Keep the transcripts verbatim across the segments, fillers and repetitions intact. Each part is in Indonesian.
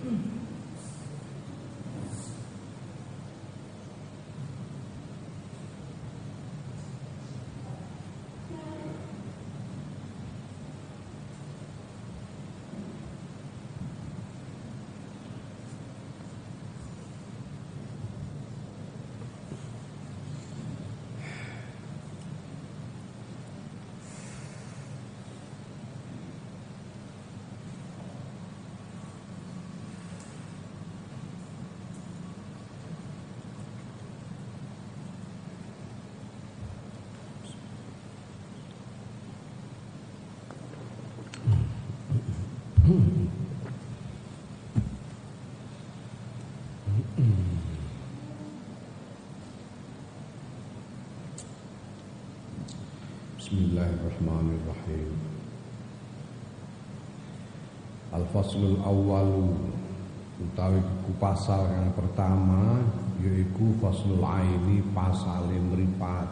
Bismillahirrahmanirrahim. Al-faslul awwalu utawi buku pasal yang pertama yaiku faslul aini pasal mripat.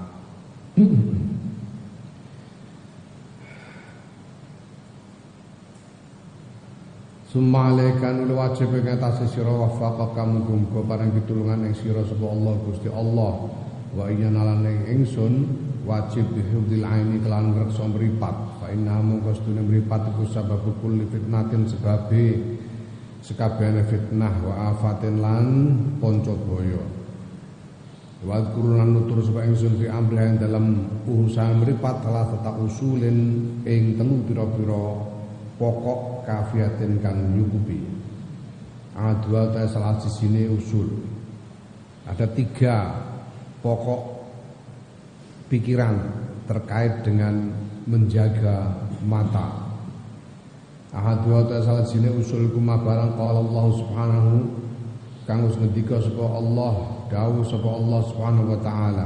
Sumalekan ul wajib ing atase sira wafaqa muga-muga paring pitulungan ing sira sapa Allah Gusti Allah wa iyanalan ing ingsun wajib bihudil aini kelan ngreksa mripat fa inna mung kostune mripat iku sebab kulli fitnatin sebabe sekabehane fitnah wa afatin lan panca baya wa kurulan nutur supaya ingsun fi amrihan dalam urusan mripat telah tetap usulin ing telu pira-pira pokok kafiatin kang nyukupi adwa ta salah sisine usul ada tiga pokok pikiran terkait dengan menjaga mata. Ahadwa ta salah sine usul kuma barang qala Allah Subhanahu kang wis ngendika sapa Allah dawuh sapa Allah Subhanahu wa taala.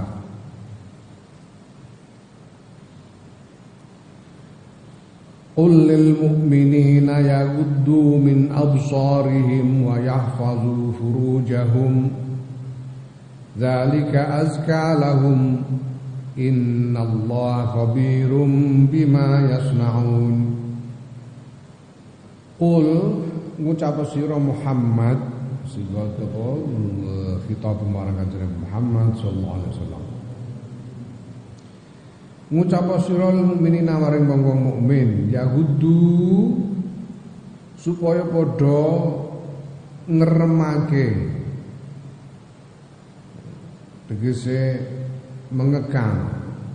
Qul lil mu'minina yaghuddu min absarihim wa yahfazu furujahum dzalika azka lahum innallaha khabirum bima yasnaun. Qul ngucap sira Muhammad sira apa khitab marang kanjeng Muhammad sallallahu alaihi wasallam. Ngucap sira mukminina maring wong mukmin yahudu supaya padha ngremake tegese mengekang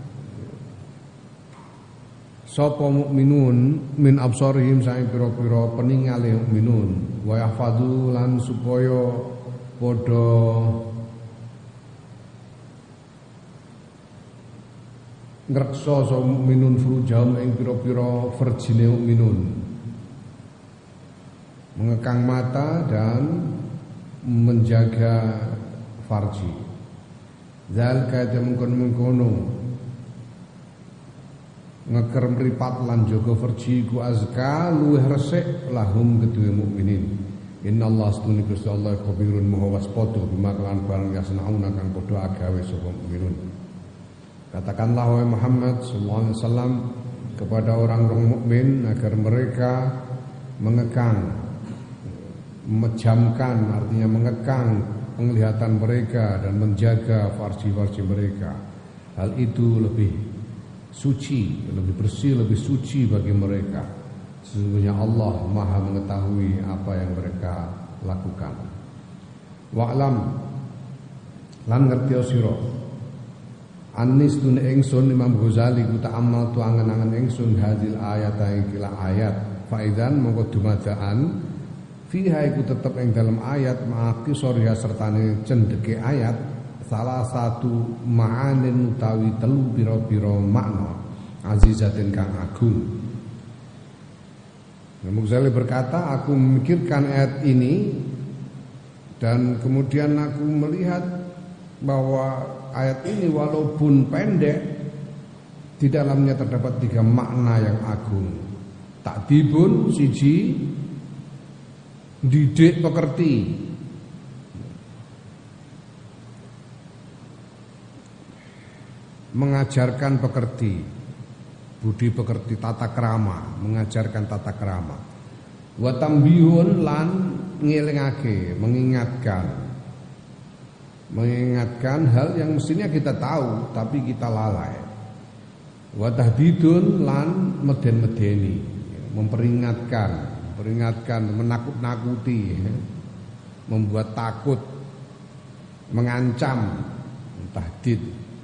sapa mukminun min absarihim saing pira-pira peningale mukminun wa yahfadzu lan supaya padha ngreksa sapa mukminun furujahum ing pira-pira verjine mukminun mengekang mata dan menjaga farji. Zal kaya mengkono-mengkono ngeker mripat lan jaga farji ku azka luwih resik lahum kedue mukminin. Innallaha astune Gusti Allah khabirun maha waspada bima kan barang yasnauna kang padha agawe sapa mukminun. Katakanlah wahai Muhammad sallallahu alaihi wasallam kepada orang-orang mukmin agar mereka mengekang memejamkan artinya mengekang penglihatan mereka dan menjaga farji-farji mereka. Hal itu lebih suci, lebih bersih, lebih suci bagi mereka. Sesungguhnya Allah Maha mengetahui apa yang mereka lakukan. Wa'lam lan ngerti sira. Anis tun ingsun Imam Ghazali ku ta'ammal tu angen-angen ingsun hadil ayat ing kila ayat. Faidan mongko dumadaan fiha iku tetep ing dalam ayat ma'aki soriha sertane cendeke ayat salah satu ma'anin utawi telu pira-pira makna azizatin kang agung. Imam Ghazali berkata, aku memikirkan ayat ini dan kemudian aku melihat bahwa ayat ini walaupun pendek di dalamnya terdapat tiga makna yang agung. Takdibun siji didik pekerti, mengajarkan pekerti, budi pekerti, tata krama, mengajarkan tata krama. Wa tambihun lan ngelingake, mengingatkan. Mengingatkan hal yang mestinya kita tahu tapi kita lalai. Wa tahdidun lan meden-medeni, memperingatkan, memperingatkan, menakut-nakuti, membuat takut, mengancam, tahdid.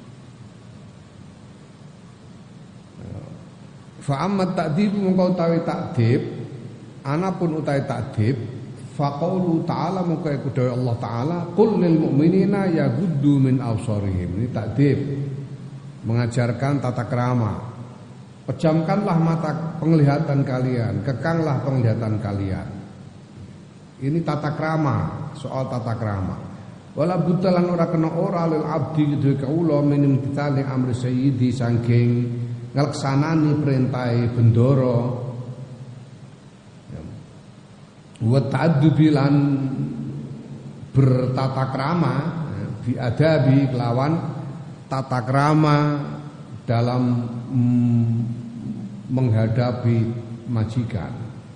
Fa amma ta'dib mengkau tawi ta'dib, anapun utai ta'dib, fa qaulu ta'ala mengkau kudai Allah Ta'ala, qul lil mu'minina yaghuddu min absarihim. Ini ta'dib, mengajarkan tata krama. Pejamkanlah mata penglihatan kalian, kekanglah penglihatan kalian. Ini tata krama, soal tata krama. Wala budalan ora kena ora lil abdi kedue kawula minim ditali amri sayyidi saking ngelaksanani perintahe bendoro. Wa ta'addubi lan bertata krama bi adabi kelawan tata krama dalam mm, menghadapi majikan.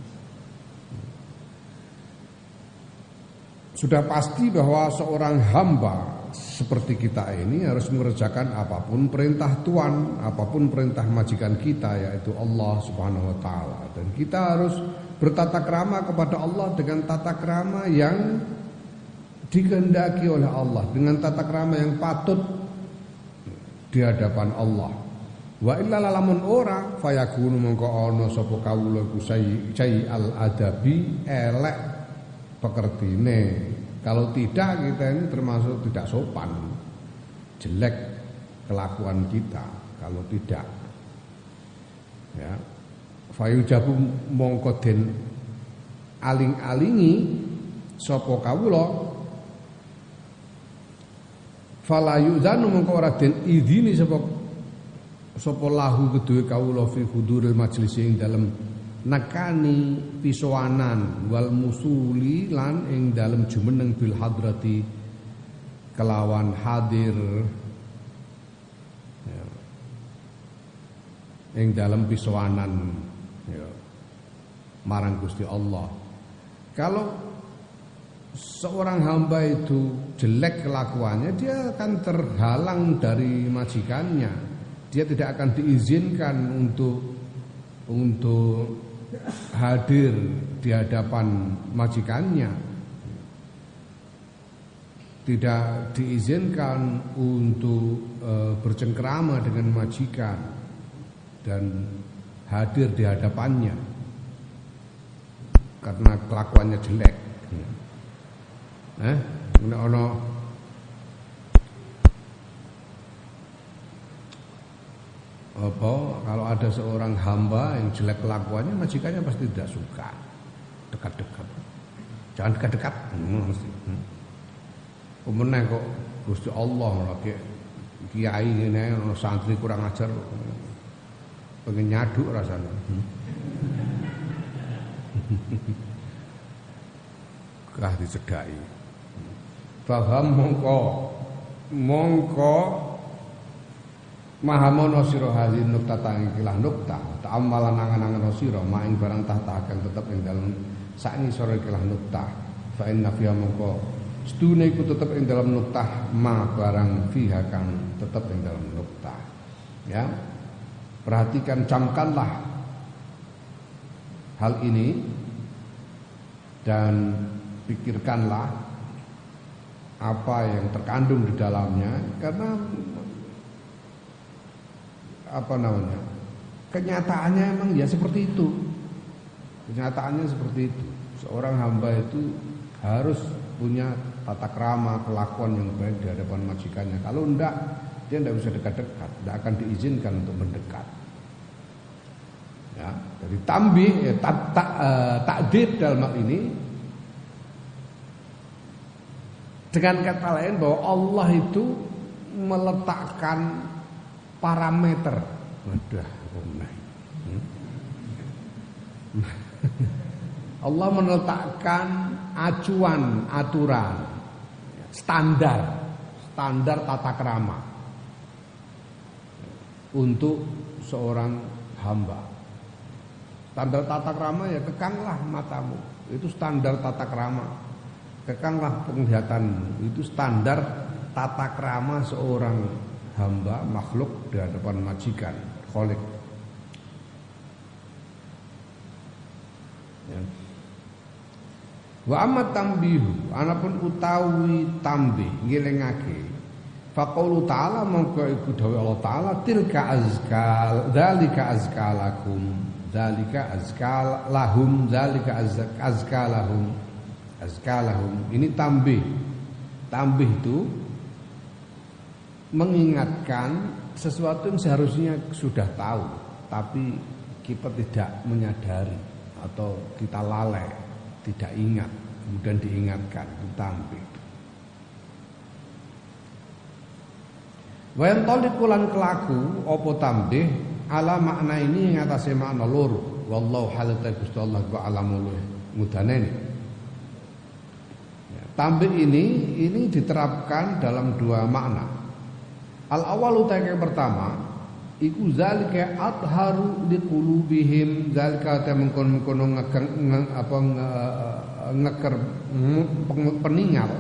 Sudah pasti bahwa seorang hamba seperti kita ini harus mengerjakan apapun perintah Tuhan, apapun perintah majikan kita, yaitu Allah Subhanahu wa taala. Dan kita harus bertata krama kepada Allah dengan tata krama yang dikehendaki oleh Allah, dengan tata krama yang patut di hadapan Allah. Wa illa lamun ora fayakunu mongko ana sapa kawula iku sayi al adabi elek pekertine. Kalau tidak kita ini termasuk tidak sopan, jelek kelakuan kita kalau tidak. Ya. Fayujabu mongko den aling-alingi sapa kawula fala yu'zanu mongko ora den idini sapa sapa lahu kedue kawula fi huduril majlis ing dalem nakani pisowanan wal musuli lan ing dalem jumeneng bil hadrati kelawan hadir ya, ing dalem pisowanan ya, marang Gusti Allah. Kalau seorang hamba itu jelek kelakuannya, dia akan terhalang dari majikannya. Dia tidak akan diizinkan untuk untuk hadir di hadapan majikannya, tidak diizinkan untuk e, bercengkrama dengan majikan dan hadir di hadapannya karena kelakuannya jelek. Eh, ono apa kalau ada seorang hamba yang jelek kelakuannya, majikannya pasti tidak suka dekat-dekat. Jangan dekat-dekat, hmm, mesti. Hmm. Kemudian kok Gusti Allah lagi kiai ini, santri kurang ajar, pengen nyaduk rasanya. Hmm. Kah dicedai. Faham mongko mongko mahamono sira hadin nukta tangilah nukta ta'ammalan angan-angan sira maing barang tahta akan tetep ing dalem sakni sore kilah nukta fa inna fiha mongko stune iku tetep ing dalem nukta ma barang fiha kang tetep ing dalem nukta. Ya, perhatikan, camkanlah hal ini dan pikirkanlah apa yang terkandung di dalamnya, karena apa namanya, kenyataannya emang ya seperti itu. Kenyataannya seperti itu. Seorang hamba itu harus punya tata krama, kelakuan yang baik di hadapan majikannya. Kalau enggak, dia enggak bisa dekat-dekat, enggak akan diizinkan untuk mendekat. Ya, jadi tambih ya, tak, tak, uh, takdir dalam hal ini dengan kata lain bahwa Allah itu meletakkan parameter. Wadah, hmm. Allah meletakkan acuan, aturan, standar, standar tata krama untuk seorang hamba. Standar tata krama ya, kekanglah matamu, Itu standar tata krama. Kekanglah penglihatanmu. Itu standar tata krama seorang hamba makhluk di hadapan majikan, Khalik. Ya. Wa amat tambihu, anapun utawi tambih ngelingake. Faqaulu ta'ala mongko iku dawuh Allah Ta'ala tilka azkal, dzalika azkalakum, dzalika azkal lahum, dzalika azkalahum, azkalahum. Ini tambih. Tambih itu mengingatkan sesuatu yang seharusnya sudah tahu, tapi kita tidak menyadari atau kita lalai, tidak ingat, kemudian diingatkan, itu tambih. Wa yantaliqulan kelaku apa tambih ala makna ini yang atase makna loro. Wallahu halata Gusti Allah wa alamul mudanene. Ya, tambih ini ini diterapkan dalam dua makna. Al awal utai yang pertama iku zalika adharu liqulubihim, zalika ta mengkon-mengkono ngekeng apa ngeker peninggal,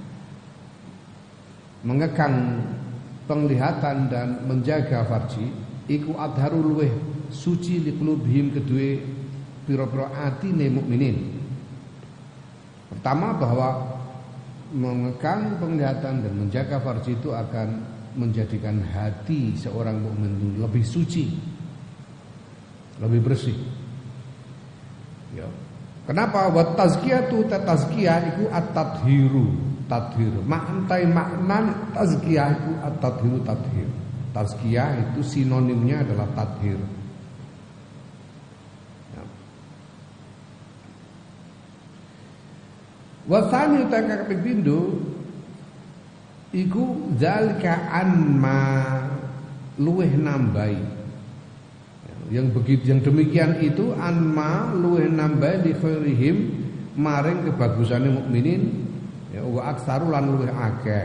mengekang penglihatan dan menjaga farji iku adharu luweh suci liqulubihim kedue pira-pira atine mukminin. Pertama bahwa mengekang penglihatan dan menjaga farji itu akan menjadikan hati seorang mukmin itu lebih suci, lebih bersih. Ya. Kenapa? Wa tazkiyatu tazkiyah iku at-tadhiru, tadhir. Maknai makna tazkiyah iku at-tadhiru, tadhir. Tazkiyah itu sinonimnya adalah tadhir. Ya. Wa tsani ta kaping pindho iku zalika anma luweh nambahi. Yang begitu yang demikian itu anma luweh nambahi li khairihim maring kebagusane mukminin ya wa aktsaru lan luweh akeh.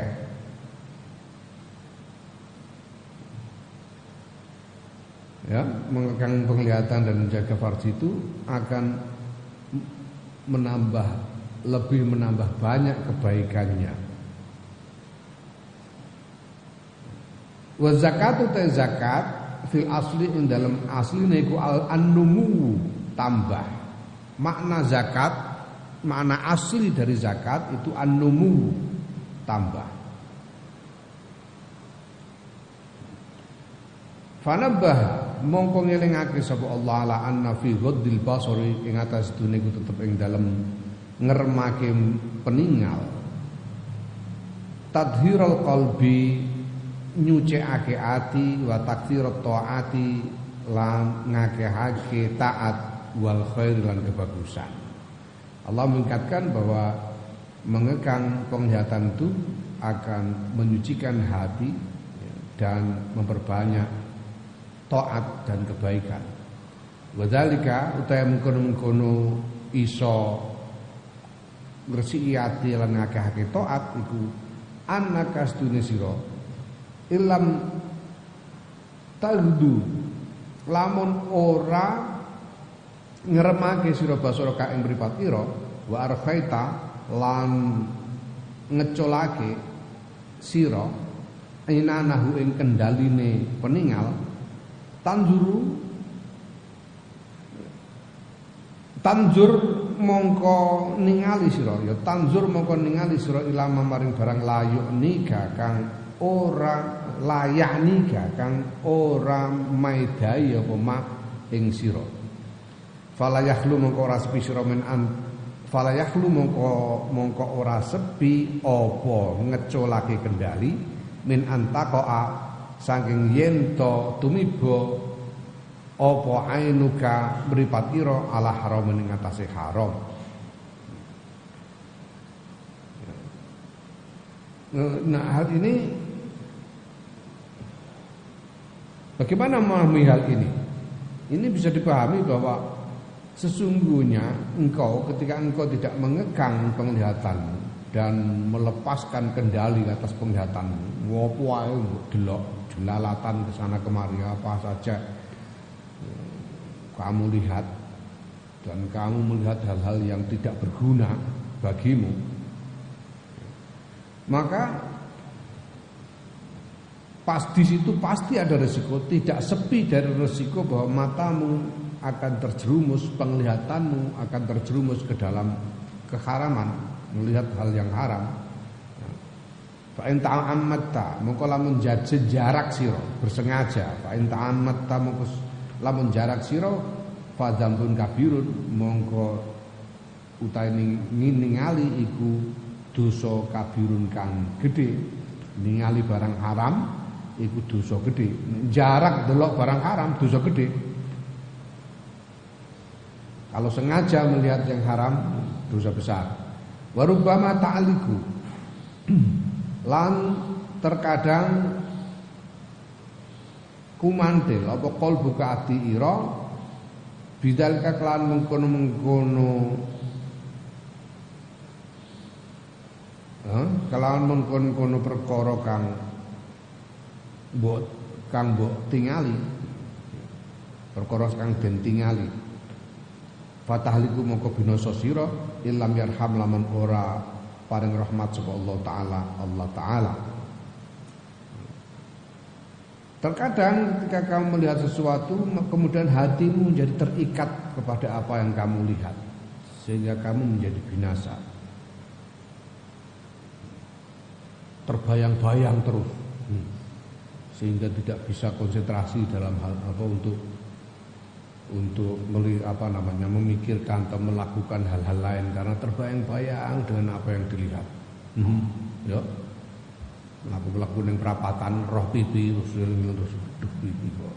Ya, mengekang penglihatan dan menjaga farji itu akan menambah lebih menambah banyak kebaikannya. Wa zakatu ta zakat fil asli ing dalam asline iku al annumu tambah. Makna zakat, makna asli dari zakat itu annumu tambah. Fanabah mongko ngelingake sapa Allah ala anna fi ghaddil basari ing atas dune iku tetep ing dalem ngeremake peninggal. Tadhirul qalbi nyucikake ati wa taktsirat taati lan ngakehake taat wal khair lan kebagusan. Allah mengingatkan bahwa mengekang penglihatan itu akan menyucikan hati dan memperbanyak taat dan kebaikan. Wa dzalika utahe mengkono-mengkono iso ngresiki ati lan ngakehake taat iku annaka stune sira ilam tagdu lamun ora ngremake sira basara ka ing mripat ira wa arfaita lan ngecolake sira inanahu ing kendaline peninggal tanjuru tanjur mongko ningali sira ya tanjur mongko ningali sira ilama maring barang layuk nika kang ora layak nika kang ora maidai apa mak ing sira fala yakhlu mongko ora sepi sira men an fala yakhlu mongko mongko ora sepi apa ngecolake kendali min antaqaa saking yen to tumiba apa ainuka mripat ira ala haram ing atase haram. Nah hal ini bagaimana memahami hal ini? Ini bisa dipahami bahwa sesungguhnya engkau ketika engkau tidak mengekang penglihatan dan melepaskan kendali atas penglihatanmu, ngopo ae delok jelalatan ke sana kemari apa saja kamu lihat dan kamu melihat hal-hal yang tidak berguna bagimu, maka pas di situ pasti ada resiko. Tidak sepi dari resiko bahwa matamu akan terjerumus, penglihatanmu akan terjerumus ke dalam keharaman, melihat hal yang haram. Fa in ta'ammatta, mongko lamun jarak sira bersengaja. Fa in ta'ammatta mongko lamun jarak sira fa dzambun kabirun, mongko utahe ningali iku dosa kabirun kang gedhe. Ningali barang haram iku dosa gedhe. Jarak delok barang haram dosa gedhe. Kalau sengaja melihat yang haram dosa besar. Warubama ta'aliku, lan terkadang kumantil apa qalbu ka ati ira bidal kaklan mengkono-mengkono eh kelawan mengkono-kono perkara kang mbok kang mbok tingali, perkara kang den tingali. Fatahliku mongko binasa sira illam yarham lamun ora paring rahmat sapa Allah taala Allah taala. Terkadang ketika kamu melihat sesuatu kemudian hatimu menjadi terikat kepada apa yang kamu lihat sehingga kamu menjadi binasa. Terbayang-bayang terus sehingga tidak bisa konsentrasi dalam hal apa untuk untuk melihat apa namanya memikirkan atau melakukan hal-hal lain karena terbayang-bayang dengan apa yang dilihat. Mm-hmm. Ya, melaku-melaku yang perapatan roh pipi terus duh pipi kok.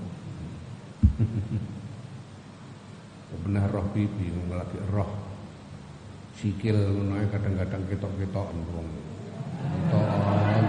Benar roh pipi lagi roh sikil ngono kadang-kadang ketok-ketokan wong. Ketok.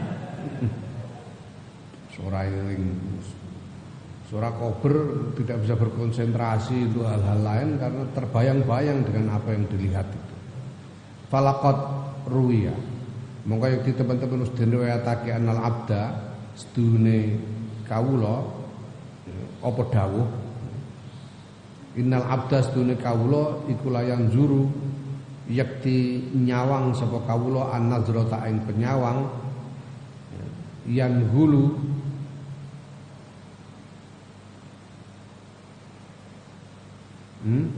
Suara eling Surah kober tidak bisa berkonsentrasi untuk hal-hal lain karena terbayang-bayang dengan apa yang dilihat itu. Falaqat ruwiya. Monggo iki teman-teman wis diriwayatake anal abda sedune kawula apa dawuh. Innal abda sedune kawula iku layang juru yakti nyawang sapa kawula an-nazrata ing penyawang yan hulu Hmm?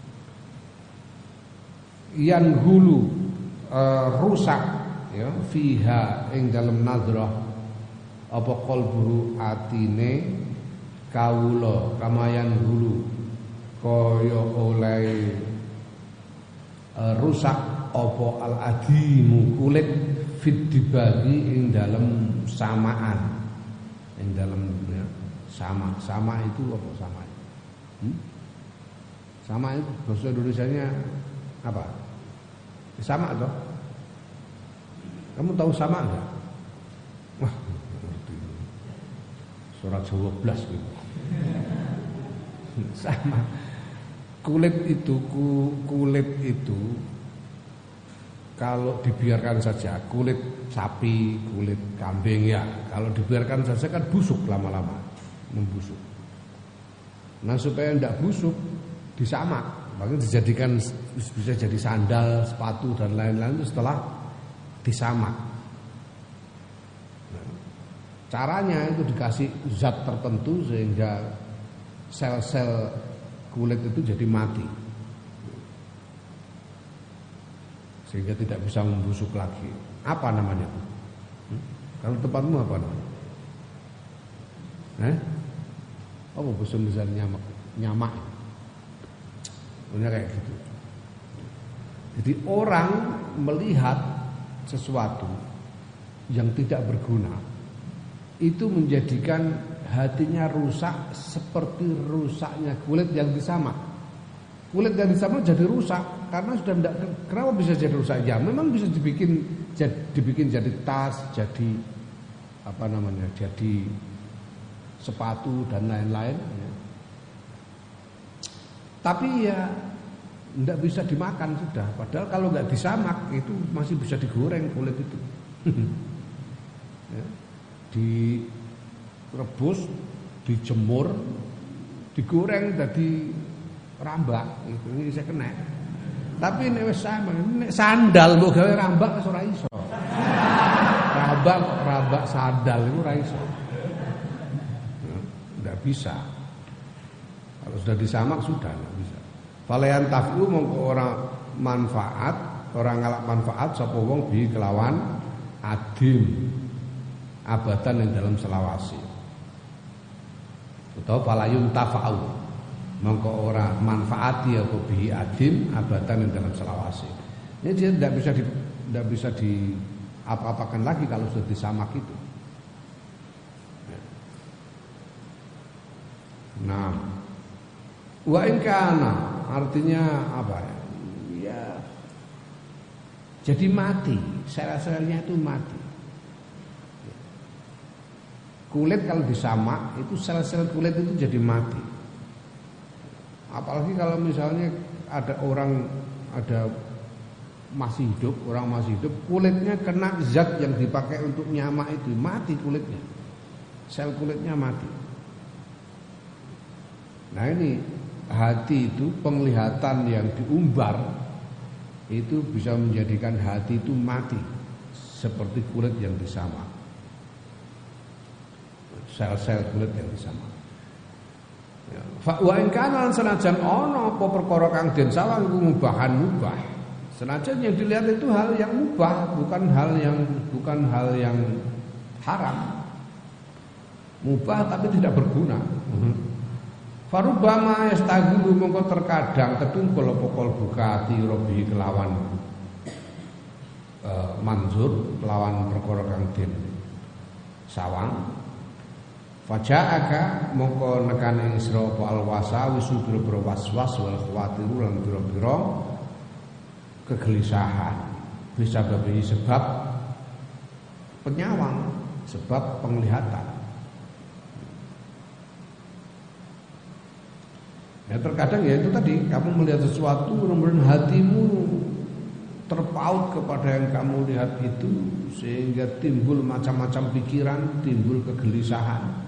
Yan hulu uh, rusak ya fiha ing dalam nadrah apa qalbu atine kawula kamayan hulu kaya oleh uh, rusak apa al adimu kulit fit dibagi ing dalam samaan ing dalam ya, sama sama itu apa sama hmm? Sama itu bahasa Indonesianya apa? Sama toh? Kamu tahu sama enggak? Wah, ngerti. Surat Jawa belas gitu. Sama. Kulit itu kulit itu kalau dibiarkan saja kulit sapi, kulit kambing ya, kalau dibiarkan saja kan busuk lama-lama, membusuk. Nah, supaya tidak busuk disamak, makanya dijadikan bisa jadi sandal, sepatu dan lain-lain itu setelah disamak. Nah, caranya itu dikasih zat tertentu sehingga sel-sel kulit itu jadi mati, sehingga tidak bisa membusuk lagi. Apa namanya? Hmm? Kalau tempatmu apa namanya? Eh? Apa bahasa Indonesia nyamak? Nyamak. Punya kayak gitu. Jadi orang melihat sesuatu yang tidak berguna itu menjadikan hatinya rusak seperti rusaknya kulit yang disamak. Kulit yang disamak jadi rusak karena sudah tidak. Kenapa bisa jadi rusak? Ya memang bisa dibikin jadi, dibikin jadi tas, jadi apa namanya, jadi sepatu dan lain-lain. Ya. Tapi ya tidak bisa dimakan sudah. Padahal kalau nggak disamak itu masih bisa digoreng kulit itu. Ya. Direbus, dijemur, digoreng jadi rambak iki isih kena. Tapi nek wis nek sandal mbok gawe rambak wis ora iso. Rambak rambak sandal itu ora iso. Enggak bisa. Kalau sudah disamak sudah enggak bisa. Falayan tafu mongko ora manfaat, ora ngalap manfaat sapa wong bi kelawan adim abatan yang dalam selawasi. Utawa falayun tafa'u mongko ora manfaati apa bihi adim abatan yang dalam selawasi. Ini dia tidak bisa di, tidak bisa di apa-apakan lagi kalau sudah disamak itu. Nah, wa in kana artinya apa ya? Ya jadi mati, sel-selnya itu mati. Kulit kalau disamak itu sel-sel kulit itu jadi mati. Apalagi kalau misalnya ada orang ada masih hidup, orang masih hidup, kulitnya kena zat yang dipakai untuk nyamak itu, mati kulitnya. Sel kulitnya mati. Nah ini hati itu penglihatan yang diumbar itu bisa menjadikan hati itu mati seperti kulit yang disamak. Sel-sel kulit yang disamak. Ya. Wa in kana senajan ana apa perkara kang den sawang iku mubahan mubah. Senajan yang dilihat itu hal yang mubah, bukan hal yang bukan hal yang haram. Mubah tapi tidak berguna. Uh-huh. Farubama yastaghulu mongko terkadang ketungkul apa kol bukati robi kelawan uh, manzur kelawan perkara kang den sawang. Faja'aka mongko nekane isra apa alwasa wisu biro-biro waswas wal khawatiru lan biro-biro kegelisahan bisa babi sebab penyawang sebab penglihatan. Ya terkadang ya itu tadi kamu melihat sesuatu kemudian hatimu terpaut kepada yang kamu lihat itu sehingga timbul macam-macam pikiran, timbul kegelisahan.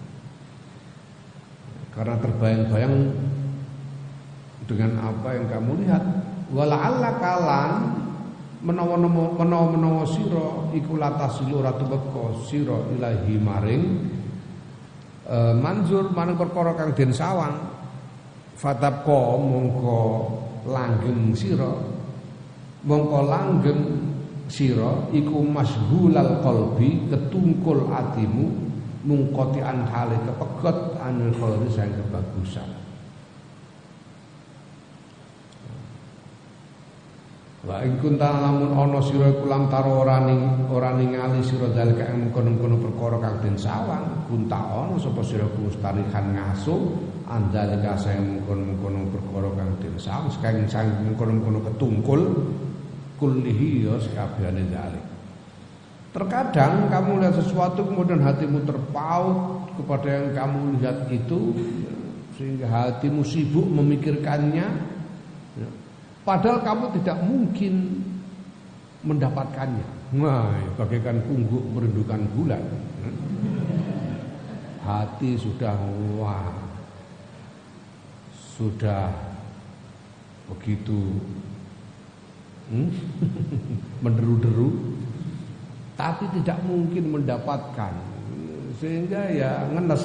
Karena terbayang-bayang dengan apa yang kamu lihat. Wala'alla kalan menawa-menawa sira iku latasilu ratu beko sira ilahi maring e, manzur maring perkara kang den sawang fatabqa mongko langgeng sira mongko langgeng sira iku mashghulal qalbi ketungkul atimu mungkotian hale kepegot anil khairi sang kebagusan. Wa in kunta lamun ana sira iku lam taro ora ning ora ningali sira dalika ing kono-kono perkara kang den sawang kunta ana sapa sira kustarikan ngaso andalika sang kono-kono perkara kang den sawang saking sang kono-kono ketungkul kullihi ya sakabehane dalika. Terkadang kamu lihat sesuatu kemudian hatimu terpaut kepada yang kamu lihat itu sehingga hatimu sibuk memikirkannya, padahal kamu tidak mungkin mendapatkannya. Wah, bagaikan pungguk merindukan bulan. Hati sudah wah, sudah begitu hmm? menderu-deru. Tapi tidak mungkin mendapatkan sehingga ya ngenes.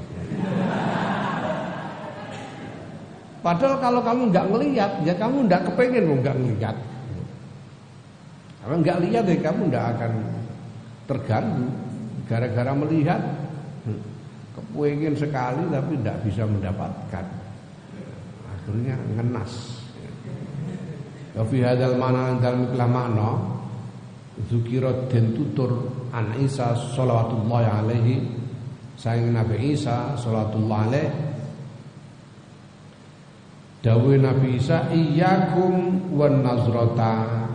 Padahal kalau kamu nggak ngelihat ya kamu nggak kepengen mau nggak ngelihat. Kalau nggak lihat ya kamu nggak akan terganggu. Gara-gara melihat kepengen sekali tapi tidak bisa mendapatkan. Akhirnya ngenas. Fi hadzal ma'na dalam ikhlas makna Zukira den tutur an Isa sholawatullahi alaihi saing Nabi Isa sholawatullahi alaihi dawuh Nabi Isa iyyakum wan nazrata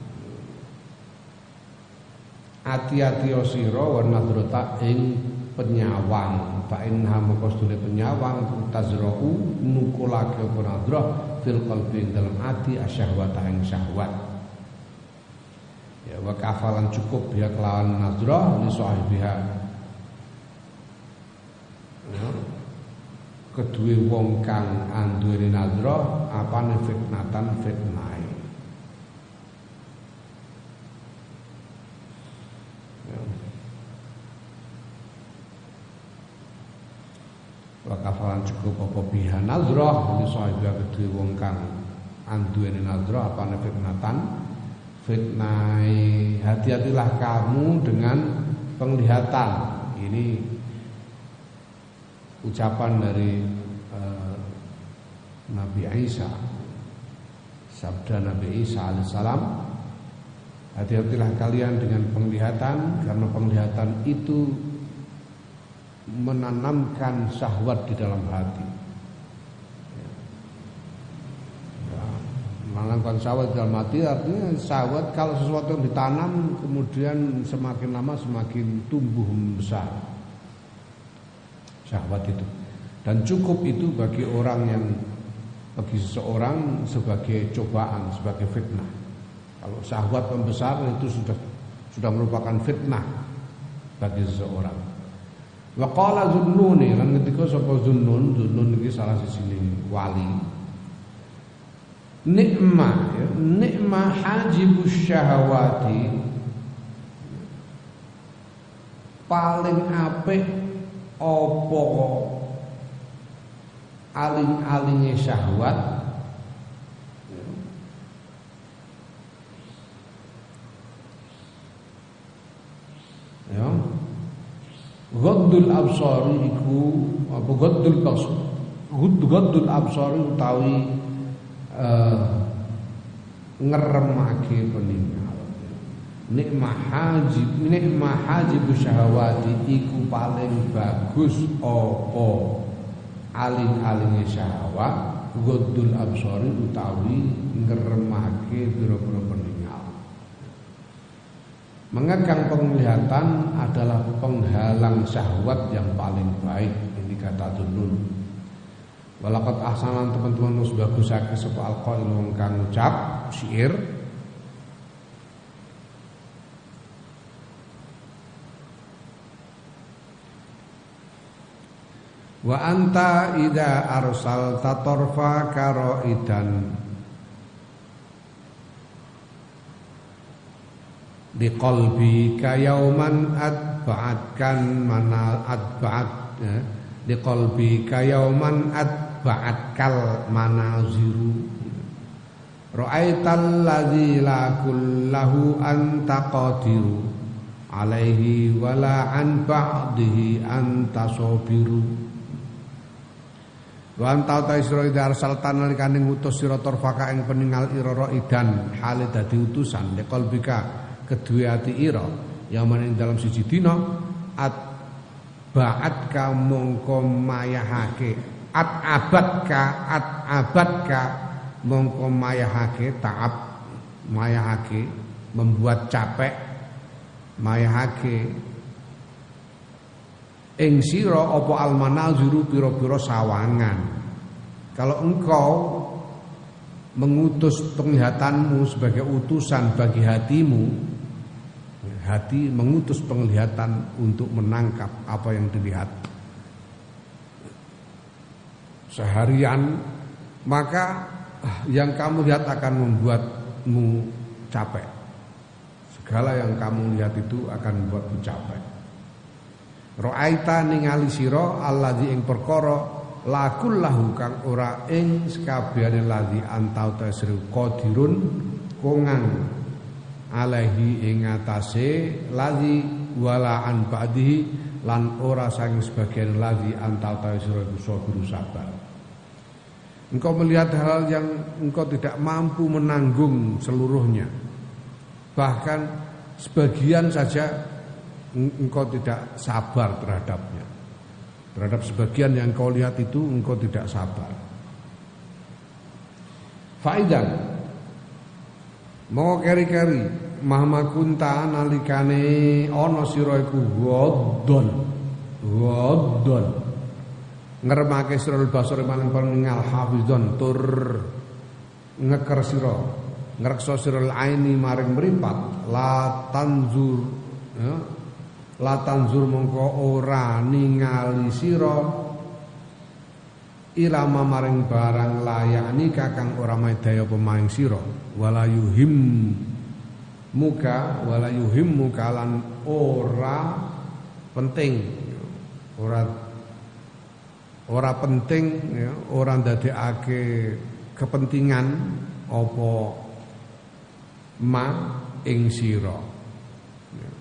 ati-ati sira wan nazrata ing penyawang fa inna maqsudul penyawang tazra'u nukulake apa nazrah fil qalbi dalam ati asyahwata ing syahwat. Ya wa kafalan cukup ya kelawan nazrah li sahibiha. Ya. kedue wong kang anduweni nadra apane fitnatan fitnai. Wa kafalan cukup apa biha nadra ini sahibi kedue wong kang anduweni nadra apane fitnatan fitnai. Hati-hatilah kamu dengan penglihatan. Ini ucapan dari uh, Nabi Isa, sabda Nabi Isa alaihissalam, hati-hatilah kalian dengan penglihatan karena penglihatan itu menanamkan syahwat di dalam hati. Ya, menanamkan syahwat di dalam hati artinya syahwat kalau sesuatu yang ditanam kemudian semakin lama semakin tumbuh membesar. Syahwat itu, dan cukup itu bagi orang yang bagi seseorang sebagai cobaan, sebagai fitnah. Kalau syahwat membesar itu sudah sudah merupakan fitnah bagi seseorang. Wa qala Zunnuni, lan ketika sapa Zunnun, Zunnun iki salah siji wali. Nikma, ya, nikma hajibus syahawati, paling apik apa aling-alinge syahwat ya ghaddul absari iku apa ghaddul basar ghaddul absari utawi uh, ngeremake peninggal. Nikmah hajib, nikmah hajib syahwati iku paling bagus apa aling-alinge syahwat ghaddul absari utawi ngeremake pira-pira peninggal. Mengegang penglihatan adalah penghalang syahwat yang paling baik. Ini kata Zunnun. Walaqad ahsanan teman-teman wis bagusake sapa alqail wong kang ngucap syair. Wa anta idza arsalta tarfa karaidan di qalbi ka yauman adba'atkan mana adba'at ya, di qalbi ka yauman adba'atkal manaziru ra'aital ladzi la kullahu anta qadiru alaihi wala an ba'dihi anta sabiru. Wa anta ta isra idza arsaltan nalikane ngutus sira tarfaka ing peninggal ira idan hale dadi utusan li qalbika kedue ati ira yang maning dalam siji dina at ba'at ka mongko mayahake at abad ka at abad ka mongko mayahake ta'ab mayahake membuat capek mayahake ing sira apa almanaziru pira-pira sawangan. Kalau engkau mengutus penglihatanmu sebagai utusan bagi hatimu, hati mengutus penglihatan untuk menangkap apa yang dilihat seharian, maka yang kamu lihat akan membuatmu capek. Segala yang kamu lihat itu akan membuatmu capek. Ra'aita ningali sira alladzi ing perkara lakul lahu kang ora ing sakabehane ladzi antau tasri qadirun kongang alaihi ing atase ladzi wala an ba'dihi lan ora saking sebagian ladzi antau tasri sabiru sabar. Engkau melihat hal yang engkau tidak mampu menanggung seluruhnya, bahkan sebagian saja engkau tidak sabar terhadapnya. Terhadap sebagian yang engkau lihat itu engkau tidak sabar. Faidan mau keri-keri mahma kunta nalikane ana sira iku ghaddon ghaddon ngremake sira basar maning peninggal hafizon tur ngeker sira ngreksa sira aini maring mripat la tanzur ya. La tanzur mongko ora ningali sira ilama maring barang layani kakang ora medaya pemaing sira wala yuhim muka wala yuhim muka lan ora penting ora ora penting ya, ora ndadekake kepentingan apa ma ing sira ya.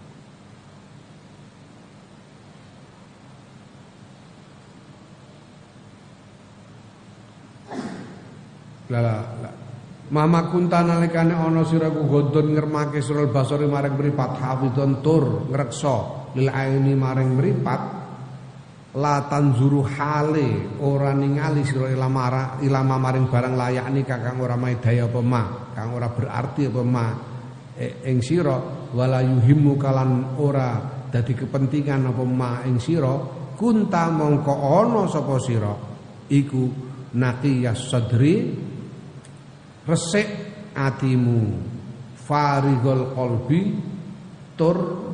Lala Mama kunta nalikane ana sira ku godhon ngermake surul basari maring mripat hafidhon tur ngreksa lil aini maring mripat la tanzuru hale ora ningali sira ilamara ilama maring barang layakni kakang ora maedaya apa ma kang ora berarti apa ma ing sira wala yuhimmu kalan ora dadi kepentingan apa ma ing sira kunta mongko ana sapa sira iku naqiyas sadri resik atimu farigol qalbi tur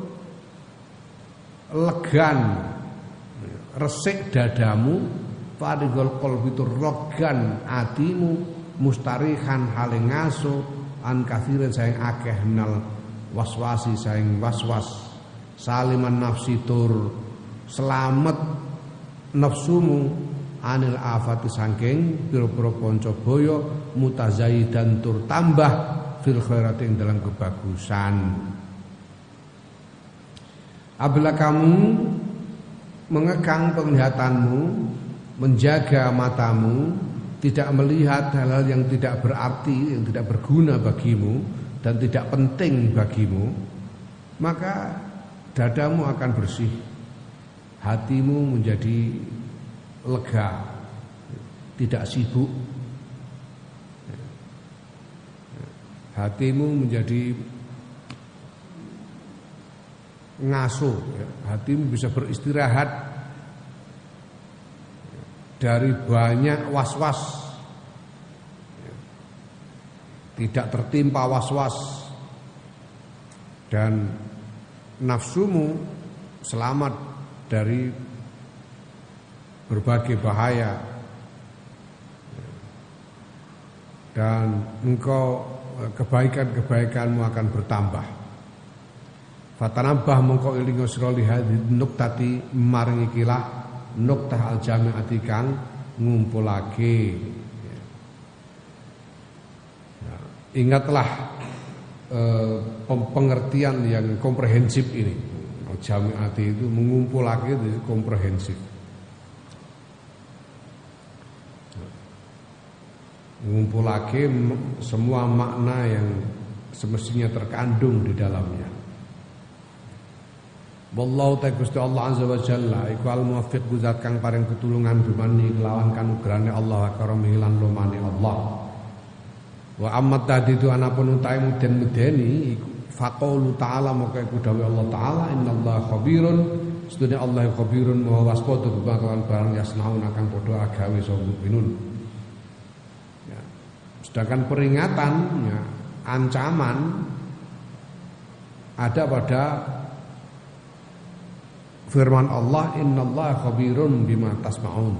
legan resik dadamu farigol qalbi tur legan atimu mustarihan hale ngaso an kathirin saing akeh minal waswasi saing waswas saliman nafsi tur selamat nafsumu anil afati saking pira-pira panca baya mutazaidan tur tambah fil khairat ing dalam kebagusan. Apabila kamu mengekang penglihatanmu, menjaga matamu, tidak melihat hal-hal yang tidak berarti, yang tidak berguna bagimu dan tidak penting bagimu, maka dadamu akan bersih, hatimu menjadi lega, tidak sibuk, hatimu menjadi ngasuh, hatimu bisa beristirahat dari banyak was-was, tidak tertimpa was-was, dan nafsumu selamat dari berbagai bahaya, dan engkau kebaikan-kebaikanmu akan bertambah. Fatanabah mongko ilingo sira lihadi nuktati maring ikilah nuktah al-jami'ati kang ngumpulake. Ya, ingatlah eh, pengertian yang komprehensif ini. Al-jami'ati itu mengumpulake, itu komprehensif. Mengumpulake semua makna yang semestinya terkandung di dalamnya. Wallahu ta'ala Gusti Allah azza wa jalla iku al-muwaffiq zat kang paring pitulungan bimani kelawan kanugrahane Allah wa karamihi lan lumane Allah. Wa ammat taditu anapun utahe muden medeni iku faqaulu ta'ala maka iku dawuh Allah taala innallaha khabirun sedene Allah khabirun maha waspada kelawan barang yasnaun kang padha agawe sapa mukminun. Sedangkan peringatan, ya, ancaman ada pada firman Allah innallaha khabirun bima tasma'un.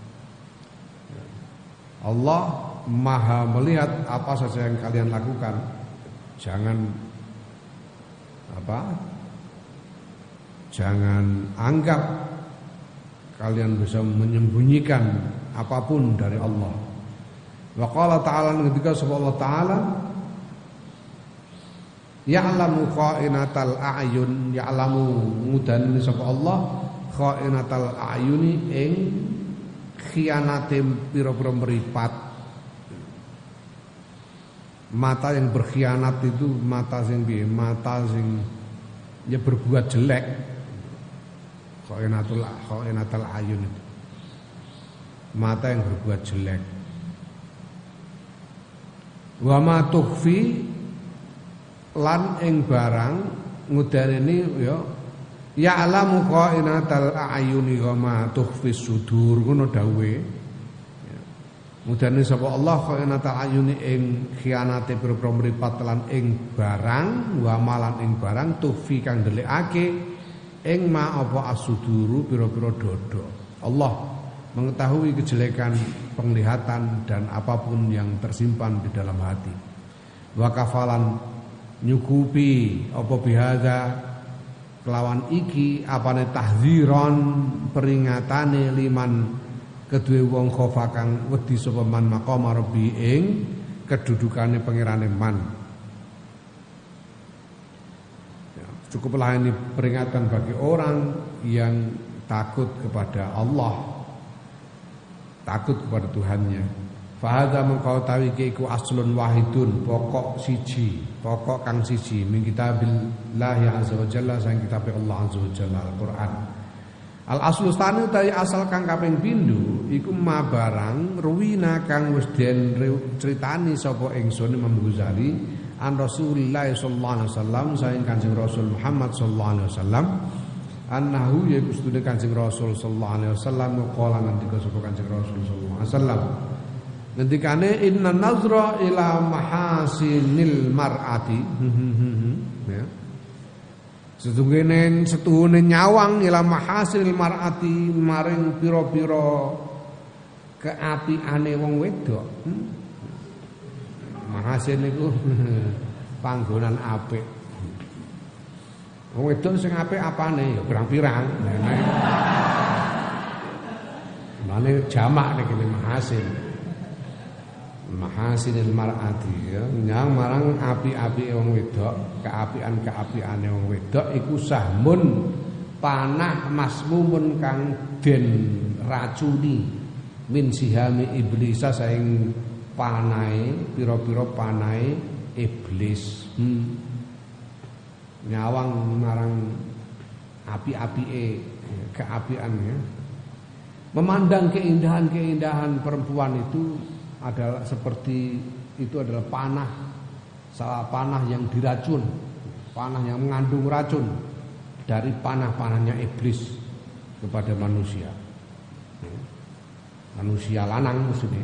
Allah maha melihat apa saja yang kalian lakukan. Jangan apa? Jangan anggap kalian bisa menyembunyikan apapun dari Allah. Wa qala ta'ala ketika sapa Allah taala ya'lamu kha'inatal a'yun ya'lamu mudan sapa Allah kha'inatal a'yuni ing khianate pira-pira mripat. Mata yang berkhianat itu mata sing piye? Mata sing ya berbuat jelek. Kha'inatul kha'inatal a'yun itu mata yang berbuat jelek. Wa ma tukhfi lan ing barang ngudareni ya ya'lamu qa'inatal a'yuni wa ma tukhfi sudur ngono dawuhe. Mudane sapa Allah qa'inatal a'yuni ing khianate pira-pira mripat lan ing barang wa malan ing barang tukhfi kang ndelikake ing ma apa asuduru pira-pira dodo. Allah mengetahui kejelekan penglihatan dan apapun yang tersimpan di dalam hati. Wa kafalan nyukupi apa bihadza kelawan iki apane tahdziron peringatane liman kedue wong khofa kang wedi sapa man maqama rabbi ing kedudukane pangerane man. Ya, cukuplah ini peringatan bagi orang yang takut kepada Allah, takut kepada Tuhannya. Fahadza mengkau tawi iku aslun wahidun, pokok siji, pokok kang siji min kitabillah azza wa jalla sang kitab Allah azza wa jalla Al-Qur'an. Al aslu stani utawi asal kang kaping pindho iku ma barang ruwina kang wis den critani sapa ingsun Imam Ghazali an Rasulullah sallallahu alaihi wasallam saking Kanjeng Rasul Muhammad sallallahu alaihi wasallam annahu ya kustune Kanjeng Rasul sallallahu alaihi wasallam qala ngendika sapa Kanjeng Rasul sallallahu alaihi wasallam ngendikane inna nazra ila mahasinil mar'ati ya setungene setuhune nyawang ila mahasinil mar'ati maring pira-pira keapiane wong wedok. Hmm? Mahasin niku panggonan apik. Wong wedok sing apik apane ya pirang-pirang. Mane jamak niki mahasin. Mahasinil mar'ati ya nyang marang api-api wong wedok, keapian-keapiane wong wedok iku sahmun panah masmumun kang den racuni min sihami iblis saing panahe pira-pira panahe iblis. Hmm. Nyawang marang api-apike keapian ya. Memandang keindahan-keindahan perempuan itu adalah seperti itu adalah panah, salah panah yang diracun, panah yang mengandung racun dari panah-panahnya iblis kepada manusia. Manusia lanang maksudnya.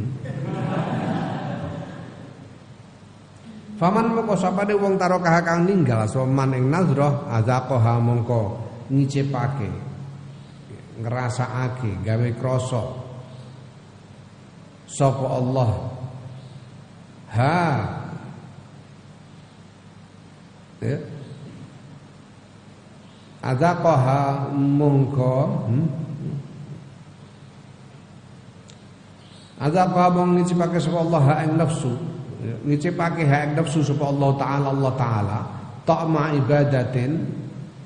Faman moko sapane wong tarokah kang ninggal soman ing nazrah azaqaha mongko ngicipake, ngrasakake, gawe krasa sapa Allah ha ya adzaqaha mongko hmm? adzaqaha mong ngicipake sapa Allah ha ing nafsu ngicipake ha ing nafsu sapa Allah taala Allah taala ta'ma ibadatin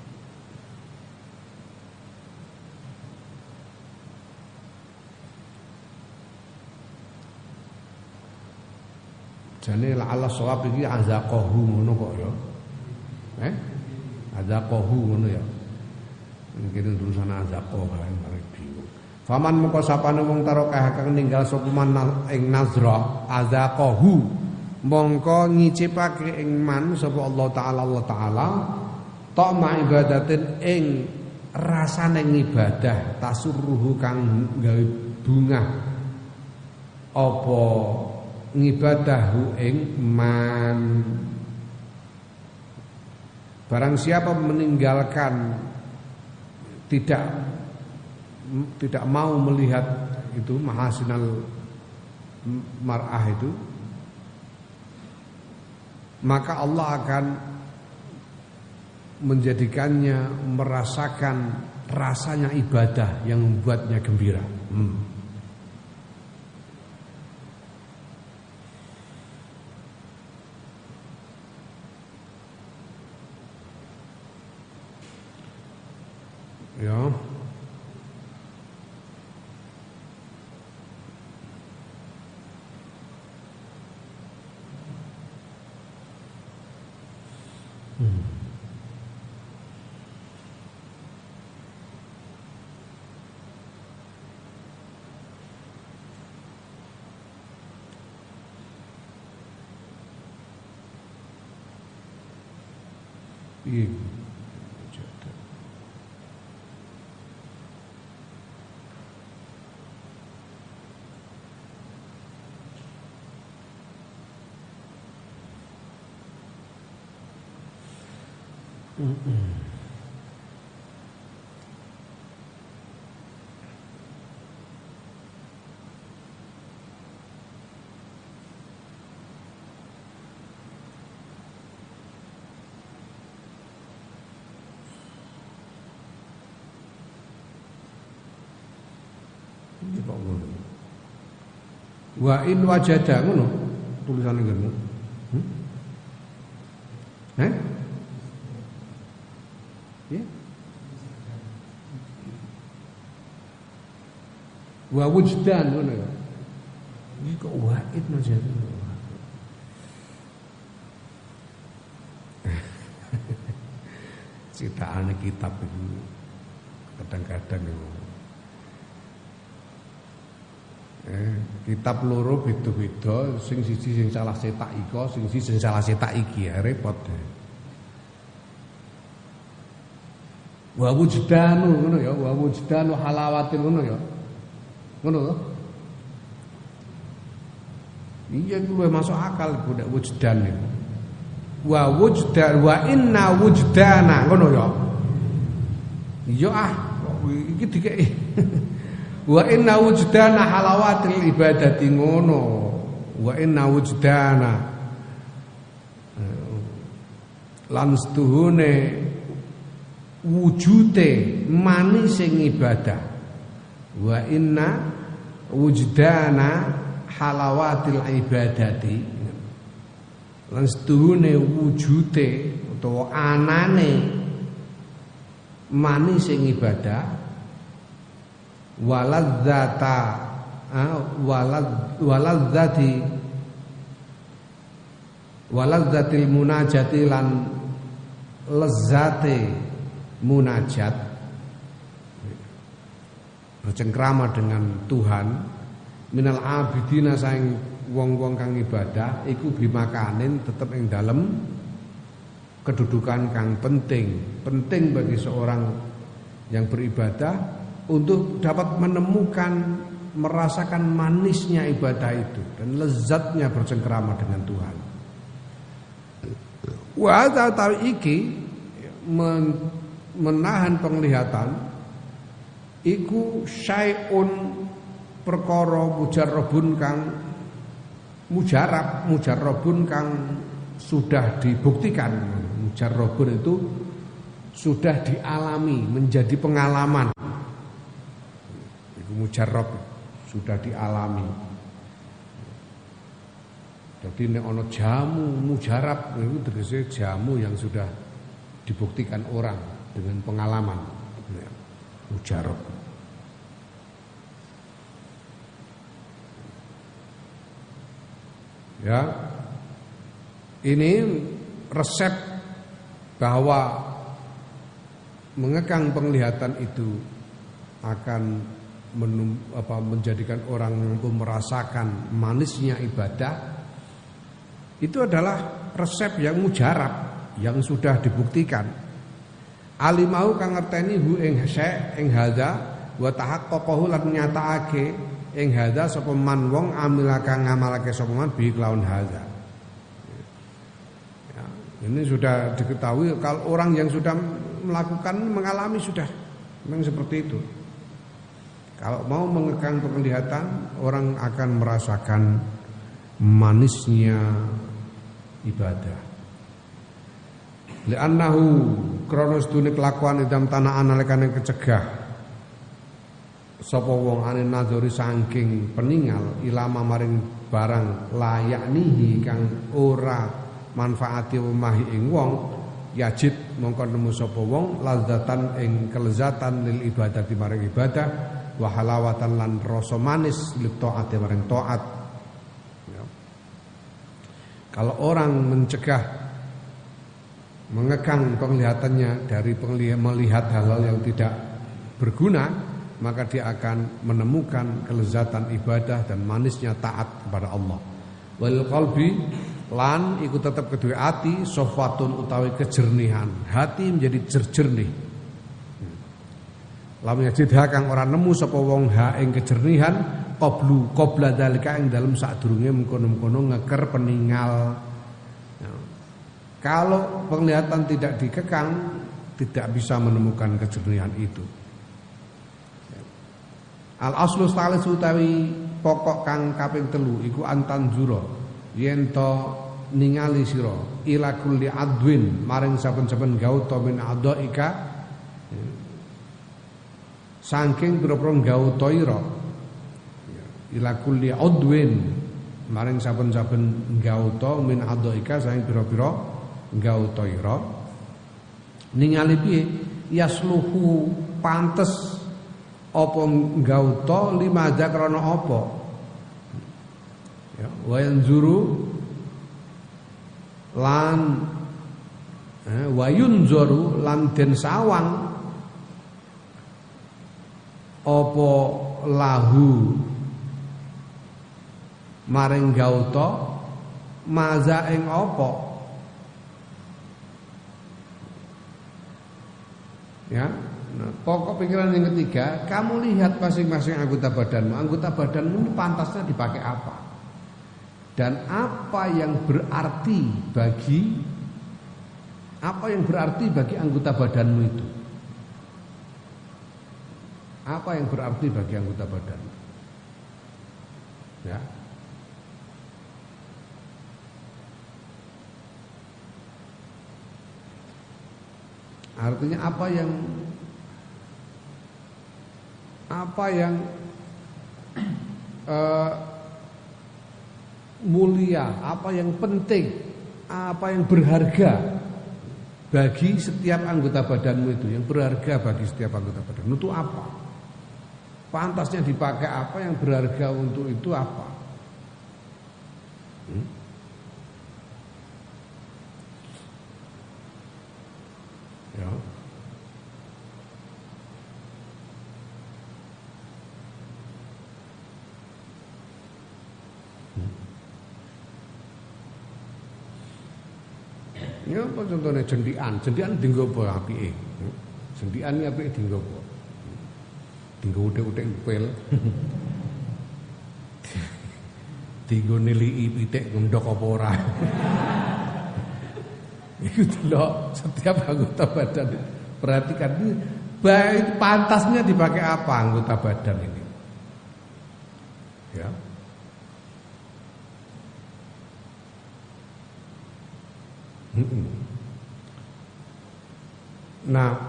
jane la'alla shawab iki azaqahu ngono kok ya. Eh? Azaqahu ngono ya. Mungkin tulisan azaqah kan bareng bingung. Faman mengko sapane wong tarokah kang ninggal sapa man ing nazra azaqahu mongko ngicipake ing man sapa Allah taala Allah taala ta'ma ibadatin ing rasane ibadah tasurruhu kang gawe bungah apa ngibadahu ing man. Barang siapa meninggalkan tidak tidak mau melihat itu mahasinal mar'ah itu, maka Allah akan menjadikannya merasakan rasanya ibadah yang membuatnya gembira. Hmm. Ya. Hmm. Iya. Mm-mm. kok ngono. Wa in wajada ngono tulisane ngene. Hmm? Eh? Ya. Wa wujdan ngono ya. Iki kok wa'id wajada. Citaane kitab itu kadang-kadang itu. Eh, kitab loro beda-beda, sing siji sing salah cetak iko, sing siji sing salah cetak iki, ya repot. Wa wujdanu ngono ya, wa wujdanu halawatin ngono ya. Ngono to? Iya kuwi masuk akal budak wujdan itu. Wa wujdan wa inna wujdana ngono ya. Iya ah, iki dikeki. Wa inna wujdana halawatil ibadati ngono. Wa inna wujdana lan setuhune wujute manis sing ibadah. Wa inna wujdana halawatil ibadati lan setuhune wujute utawa anane manis sing ibadah waladzata walad waladzati waladzatil munajati lan lezate munajat bercengkrama dengan Tuhan minal abidina saing wong-wong kang ibadah iku bimakanin tetep ing dalem kedudukan kang penting penting bagi seorang yang beribadah untuk dapat menemukan merasakan manisnya ibadah itu dan lezatnya bercengkrama dengan Tuhan. Wa ta iki men, menahan penglihatan iku syai'un perkara mujarrabun kang mujarab mujarrabun kang sudah dibuktikan. Mujarrabun itu sudah dialami menjadi pengalaman. Itu mujarrab sudah dialami. Jadi nek ana jamu mujarab itu tegese jamu yang sudah dibuktikan orang dengan pengalaman. Mujarab. Ya. Ini resep bahwa mengekang penglihatan itu akan menum, apa, menjadikan orang mampu merasakan manisnya ibadah. Itu adalah resep yang mujarab yang sudah dibuktikan. Alimau kang ngerteni hu ing syai' ing hadza wa tahaqqaqahu lan nyatakake ing hadza sapa man wong amila kang ngamalake sapa man bi kelawan hadza. Ya, ini sudah diketahui kalau orang yang sudah melakukan mengalami sudah memang seperti itu. Kalau mau mengekang penglihatan orang akan merasakan manisnya ibadah. Li'annahu kronos dunia kelakuan idam tanah analekane kecegah sapa wong ane nadzori saking peninggal ilama maring barang layak nihi kang ora manfaati wemahi ing wong yajid mongko nemu sapa wong lazatan ing kelezatan lil ibadati maring ibadah wa halawatan lan rasa manis li taati maring taat. Ya. Kalau orang mencegah mengekang penglihatannya dari melihat hal-hal yang tidak berguna, maka dia akan menemukan kelezatan ibadah dan manisnya taat kepada Allah. Wal qalbi lan iku tetap kedua hati sofatun utawi kejernihan. Hati menjadi jernih. Lam yajidha kang ora nemu sapa wong ha ing kejernihan qablu qabla dzalika ing dalem sadurunge mengkono-mengkono ngeker peninggal. Kalau penglihatan tidak dikekang, tidak bisa menemukan kejernihan itu. Al aslu salis utawi pokok kang kaping telu iku antanzura yen to ningali sira ila kulli adwin maring saben-saben gauta min adaika saking pira-pira gauta ira ila kulli udwin maring saben-saben gauta min adhaika saing pira-pira gauta ira ningali piye yasluhu pantes apa gauta limadha krana apa ya wa yanzuru lan eh, wa yunzuru lan den sawang apa lahu maring gauta maza ing apa ya. Nah, pokok pikiran yang ketiga, kamu lihat masing-masing anggota badanmu. Anggota badanmu ini pantasnya dipakai apa? Dan apa yang berarti bagi apa yang berarti bagi anggota badanmu itu? Apa yang berarti bagi anggota badanmu? Ya. Artinya apa yang apa yang uh, mulia, apa yang penting, apa yang berharga bagi setiap anggota badanmu itu, yang berharga bagi setiap anggota badanmu itu apa? Pantasnya dipakai apa, yang berharga untuk itu apa? Hmm? Ya. Ya apa contohnya cendikan, cendikan dienggo apa apike. Cendikan iki apike dienggo apa? Dienggo utek-utek pel. Dienggo niliki pitik ngendhok apa ora. Iku delok setiap anggota badan. Perhatikan ini baik pantasnya dipakai apa anggota badan ini. Ya. Nah,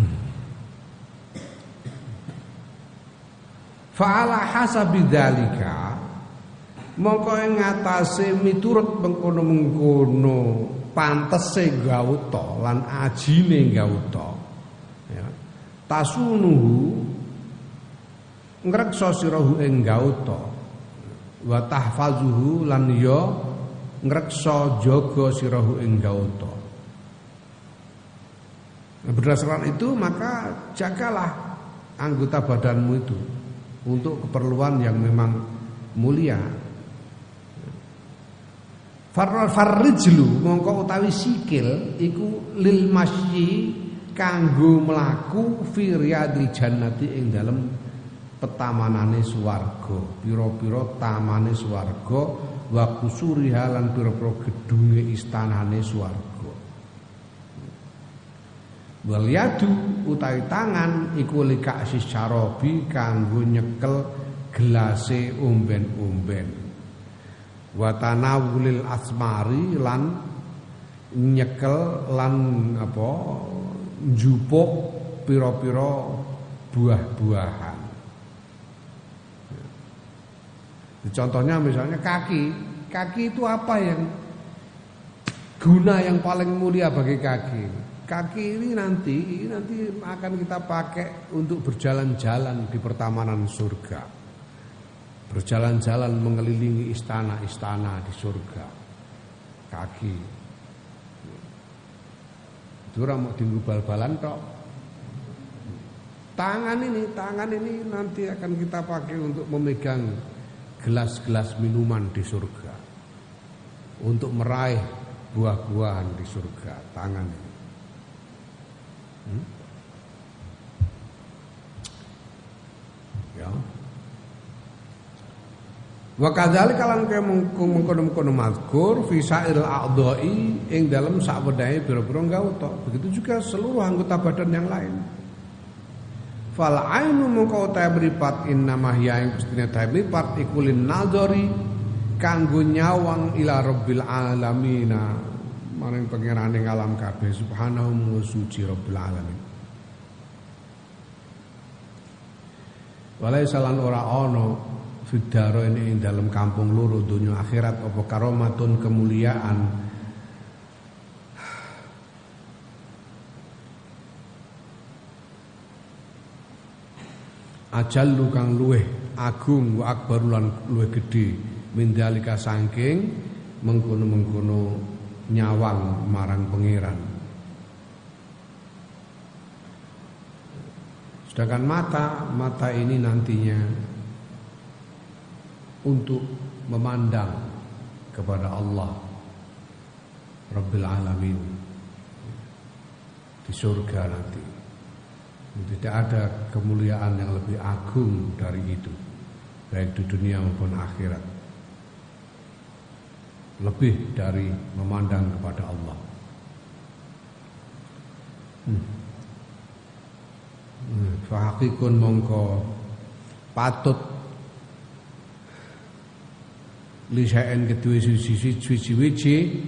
fa'ala hasabi dzalika mongko ing ngatasé miturut mengkono-mengkono pantese gauta lan ajine gauta ya tasunuhu ngreksa sirahu ing gauta wa tahfazuhu lan ya ngreksa jaga sirahu ing gauta. Nah, berdasarkan itu maka jagalah anggota badanmu itu untuk keperluan yang memang mulia. Farrijlu mongko utawi sikil iku lil masyi kanggo mlaku fi riyadil jannati ing dalem petamanane swarga, pira-pira tamane swarga wa kusuriha lan pira-pira gedunge istanane swarga. Wal yadu utawi tangan iku likasi syarabi kanggo nyekel gelase omben-omben. Wa tanawulil asmari lan nyekel lan apa njupuk pira-pira buah-buahan. Contohnya misalnya kaki, kaki itu apa yang guna yang paling mulia bagi kaki? Kaki ini nanti nanti akan kita pakai untuk berjalan-jalan di pertamanan surga, berjalan-jalan mengelilingi istana-istana di surga. Kaki, itu orang mau dienggo bal-balan tok. Tangan ini, tangan ini nanti akan kita pakai untuk memegang gelas-gelas minuman di surga, untuk meraih buah-buahan di surga. Tangan ini hmm? ya. Wa kadzalika lan kaya mengkono-mengkono mazkur fi sa'il a'dha'i ing dalem sakwedahe pira-pira gauta. Begitu juga seluruh anggota badan yang lain. Fal ainu mongko ta mripat inna mahya ing pestine ta mripat iku lin nadhari kanggo nyawang ila rabbil alamin maring pangerane alam kabeh subhanahu wa suci rabbil alamin. Walai salan ora ana fidaro ini ing dalam kampung loro dunia akhirat apa karomatun kemuliaan ajallu kang luweh agung wa akbar lan luweh gedhe mindalika saking mengkono-mengkono nyawang marang pangeran. Sedangkan mata, mata ini nantinya untuk memandang kepada Allah Rabbil Alamin di surga nanti. Tidak ada kemuliaan yang lebih agung dari itu, baik di dunia maupun akhirat. Lebih dari memandang kepada Allah. Hmm. Fahakikun mongko patut lisaen kedua sisi-sisi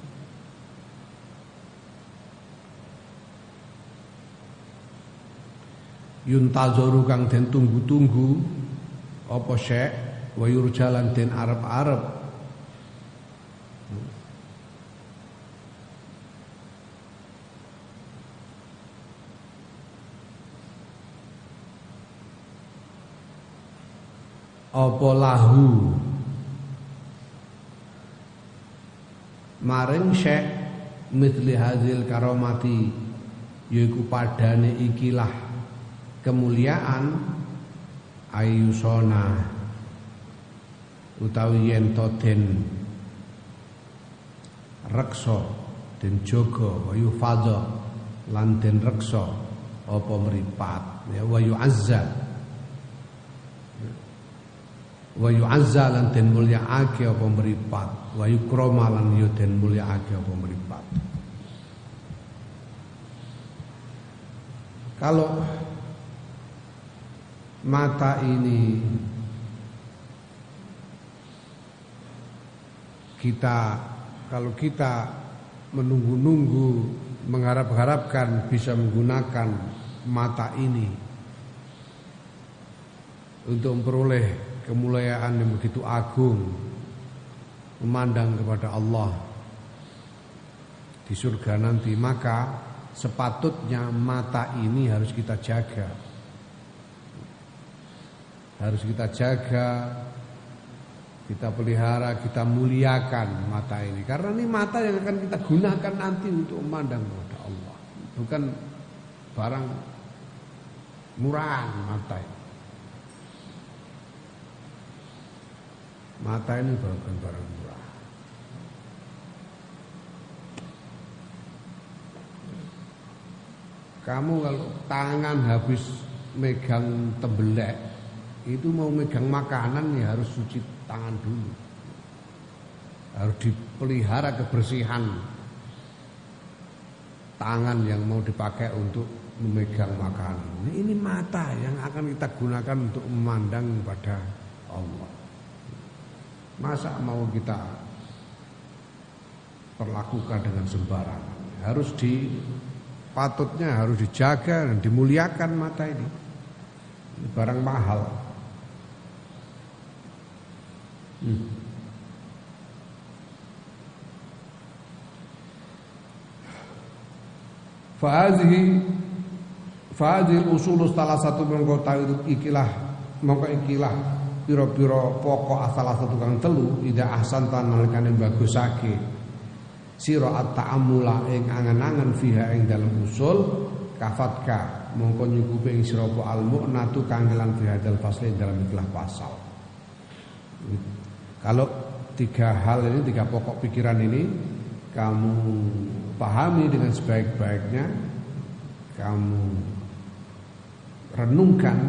yuntazoru kang den tunggu-tunggu apa syek wa yurjalan den arep-arep apa lahu maring syekh mithli hazil karomati yaiku padane ikilah kemuliaan ayusona utawi yen to den reksa den jaga wayu fadha lan den reksa apa mripat ya wayu azza wa yu'azza lan den mulyaake apa mripat wa yukrama lan yo den mulyaake apa mripat. Kalau mata ini kita kalau kita menunggu-nunggu mengharap-harapkan bisa menggunakan mata ini untuk memperoleh kemuliaan yang begitu agung, memandang kepada Allah di surga nanti, maka sepatutnya mata ini harus kita jaga. Harus kita jaga, kita pelihara, kita muliakan mata ini. Karena ini mata yang akan kita gunakan nanti untuk memandang kepada Allah. Bukan barang murahan mata ini. Mata ini bukan barang murah. Kamu kalau tangan habis megang tembelek, itu mau megang makanan ya harus cuci tangan dulu. Harus dipelihara kebersihan tangan yang mau dipakai untuk memegang makanan. Ini mata yang akan kita gunakan untuk memandang pada Allah. Masa mau kita perlakukan dengan sembarangan? Harus di patutnya harus dijaga dan dimuliakan mata ini. Ini barang mahal. Hmm. Fa'adhi fa'adhi usul salah satu mengkota ikilah mongko ikilah piro-piro pokok salah satu kang telu ida ahsan nalikane bagusake sira at-ta'ammula ing angen-angen fiha ing dalam usul kafatka mongko nyukupi ing sira apa al-mu'natu kangelan fi hadzal fasli dalam ikhlas pasal. Kalau tiga hal ini, tiga pokok pikiran ini kamu pahami dengan sebaik-baiknya, kamu renungkan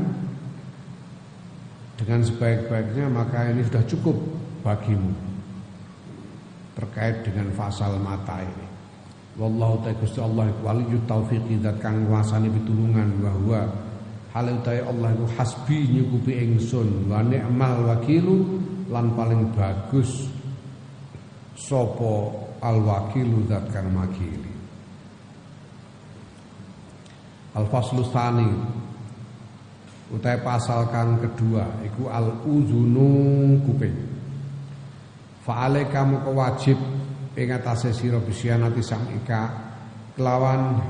dengan sebaik-baiknya, maka ini sudah cukup bagimu terkait dengan fasal mata ini. Wallahu ta'ala Gusti Allah waliyut taufiqi zat kang nguasani pitulungan wa huwa hale utahe Allah iku hasbi nyukupi ingsun wa ni'mal wakilu lan paling bagus sapa al wakilu zat kang makili. Al faslu tsani Utai pasal kang kedua iku al uzunu kuping. Fa alaika moko wajib ing atase sira bisyanati samika kelawan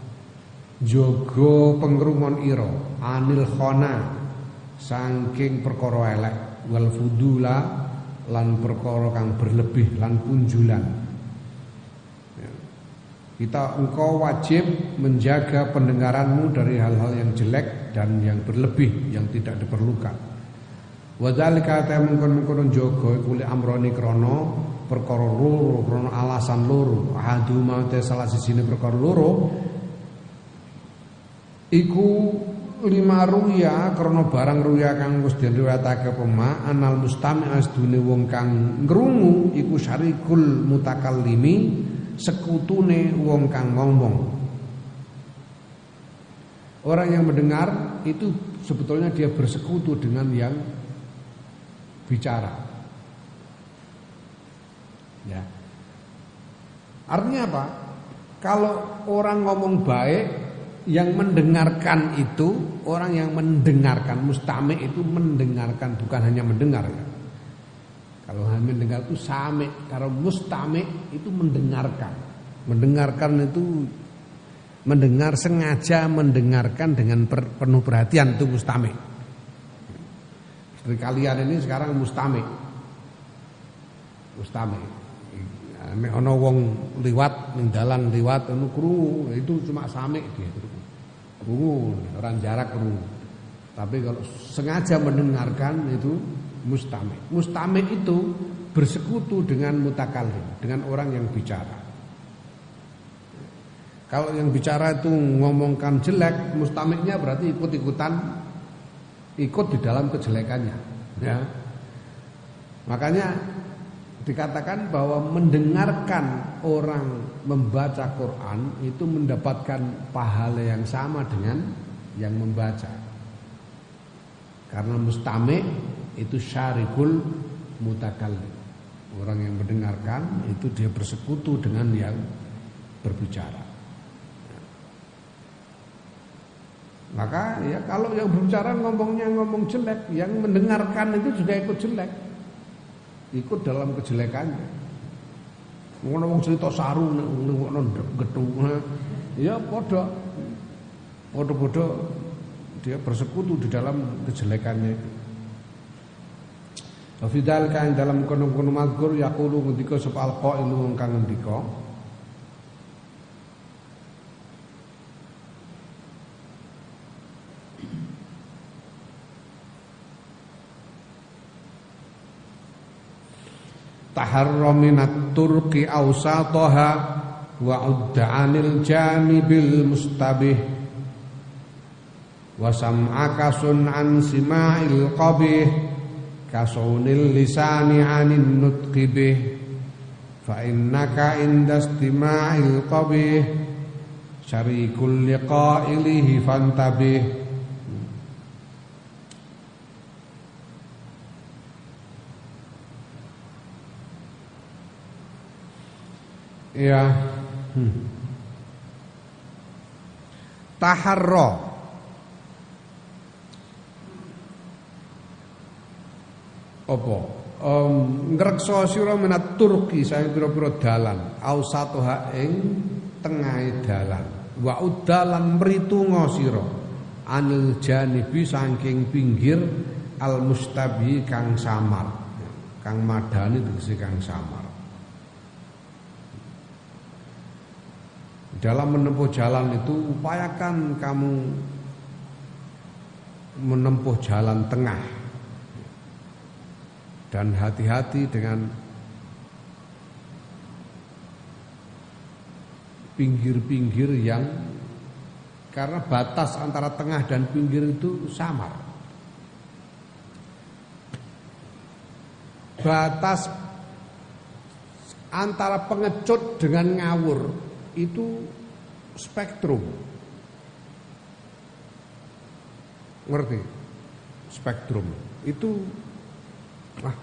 jaga pengrungon ira anil khona saking perkara elek wal fudula lan perkara kang berlebih lan punjulan. Kita engkau wajib menjaga pendengaranmu dari hal-hal yang jelek dan yang berlebih yang tidak diperlukan. Wa dzalika ta mungkon-mungkon jaga iku li amroni krana perkara loro, krana alasan loro. Ahaduma te salah sijine perkara loro iku lima ruya krana barang ruya kang wis diriwayatake pema anal mustami asdune wong kang ngrungu iku syarikul mutakallimi sekutune wong kang ngomong. Orang yang mendengar itu sebetulnya dia bersekutu dengan yang bicara. Ya. Artinya apa? Kalau orang ngomong baik, yang mendengarkan itu orang yang mendengarkan, mustami itu mendengarkan, bukan hanya mendengar ya. Kalau hanya mendengar itu sami, kalau mustami itu mendengarkan. Mendengarkan itu mendengar sengaja mendengarkan dengan per, penuh perhatian itu mustami. Seperti kalian ini sekarang mustami. Mustami. Nek ana wong liwat ning dalan liwat anu krungu, itu cuma sami dia. Krungu, orang jarak krungu. Tapi kalau sengaja mendengarkan itu mustami. Mustami itu bersekutu dengan mutakallim, dengan orang yang bicara. Kalau yang bicara itu ngomongkan jelek, mustamiknya berarti ikut-ikutan ikut di dalam kejelekannya, ya. Makanya dikatakan bahwa mendengarkan orang membaca Quran itu mendapatkan pahala yang sama dengan yang membaca. Karena mustami' itu syarikul mutakallim. Orang yang mendengarkan itu dia bersekutu dengan yang berbicara. Maka ya kalau yang berbicara ngomongnya ngomong jelek, yang mendengarkan itu juga ikut jelek. Ikut dalam kejelekannya. Ngono wong cerita saru ngono gedung. Ya padha. Padha-padha dia bersekutu di dalam kejelekannya itu. Wa fidal kan dalam kono-kono mazkur yaqulu ngendika sapa alqailu wong kang ngendika taharra minat turqi awsataha wa udda anil janibil mustabih wa sam'aka sun'an sima'il qabih kasunil lisani anin nutqi bih fa innaka inda istima'il qabih syarikul liqa'ilihi fantabih. Ya, hmm. Taharra apa? Um, ngreksa sira minat turki saing pira-pira dalan, ausatuha ing tengahe dalan. Wa udalan mritunga sira anil janibi saking pinggir al mustabi kang samar. Kang madani tegese kang samar. Dalam menempuh jalan itu upayakan kamu menempuh jalan tengah dan hati-hati dengan pinggir-pinggir yang karena batas antara tengah dan pinggir itu samar. Batas antara pengecut dengan ngawur itu spektrum. Ngerti? Spektrum itu ah,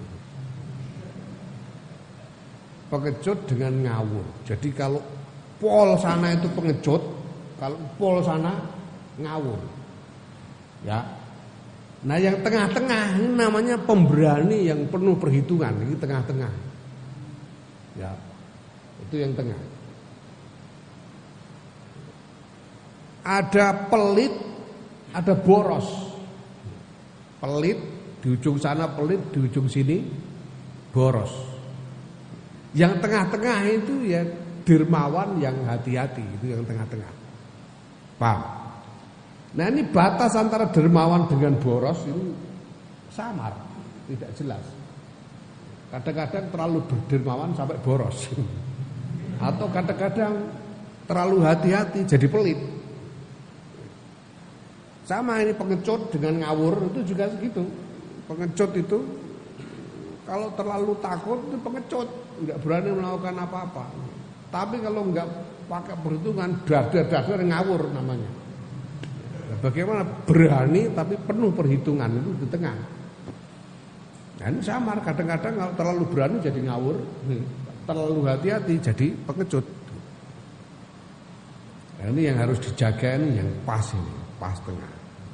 pengecut dengan ngawur. Jadi kalau pol sana itu pengecut, kalau pol sana ngawur. Ya. Nah, yang tengah-tengah ini namanya pemberani yang penuh perhitungan, ini tengah-tengah. Ya. Itu yang tengah. Ada pelit, ada boros. Pelit di ujung sana, pelit di ujung sini boros. Yang tengah-tengah itu ya dermawan yang hati-hati, itu yang tengah-tengah. Paham? Nah, ini batas antara dermawan dengan boros ini samar, tidak jelas. Kadang-kadang terlalu berdermawan sampai boros. Atau kadang-kadang terlalu hati-hati jadi pelit. Sama ini pengecut dengan ngawur itu juga segitu. Pengecut itu kalau terlalu takut itu pengecut, nggak berani melakukan apa-apa. Tapi kalau nggak pakai perhitungan, dar-dar-dar ngawur namanya. Nah, bagaimana berani tapi penuh perhitungan itu di tengah. Nah, ini samar, kadang-kadang kalau terlalu berani jadi ngawur, terlalu hati-hati jadi pengecut. Nah, ini yang harus dijaga, ini yang pas ini, pas tengah.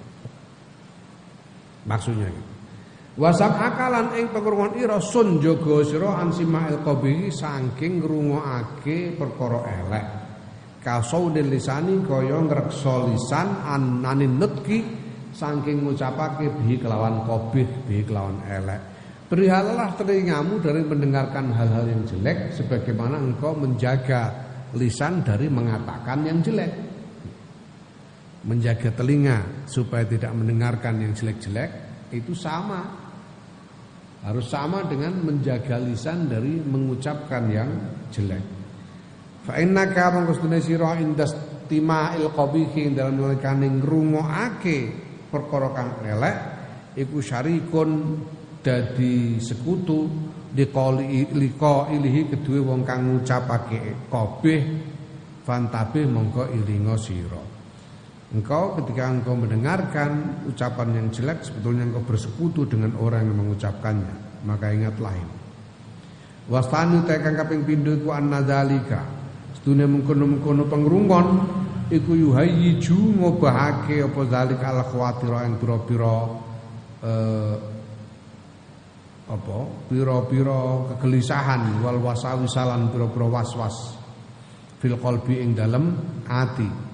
Maksudnya gitu. Wasam akalan ing pengrungon ira sun jaga sira ansimail qabihi saking ngrungokake perkara elek. Kasaudil lisani kaya ngreksa lisan ananin nutki saking ngucapake bihi kelawan qabih bihi kelawan elek. Berihalalah telingamu dari mendengarkan hal-hal yang jelek sebagaimana engkau menjaga lisan dari mengatakan yang jelek. Menjaga telinga supaya tidak mendengarkan yang jelek-jelek itu sama. Harus sama dengan menjaga lisan dari mengucapkan yang jelek. Fa innaka mangkustune sira indastima'il qabihi dalam nalikane ngrungokake perkara kang elek iku syarikun dadi sekutu diqali liko ilihi kedue wong kang ngucapake qabih fantabih mongko ilinga sira. Engkau ketika engkau mendengarkan ucapan yang jelek sebetulnya engkau bersekutu dengan orang yang mengucapkannya. Maka ingatlah ini. Wastani tekan kaping pindho iku annadzalika. Sedune mengkono-mengkono pengrungon iku yuhayyiju ngobahake apa zalik al khawatira ing pira-pira eh, apa pira-pira kegelisahan wal wasawisalan pira-pira waswas fil qalbi ing dalem ati.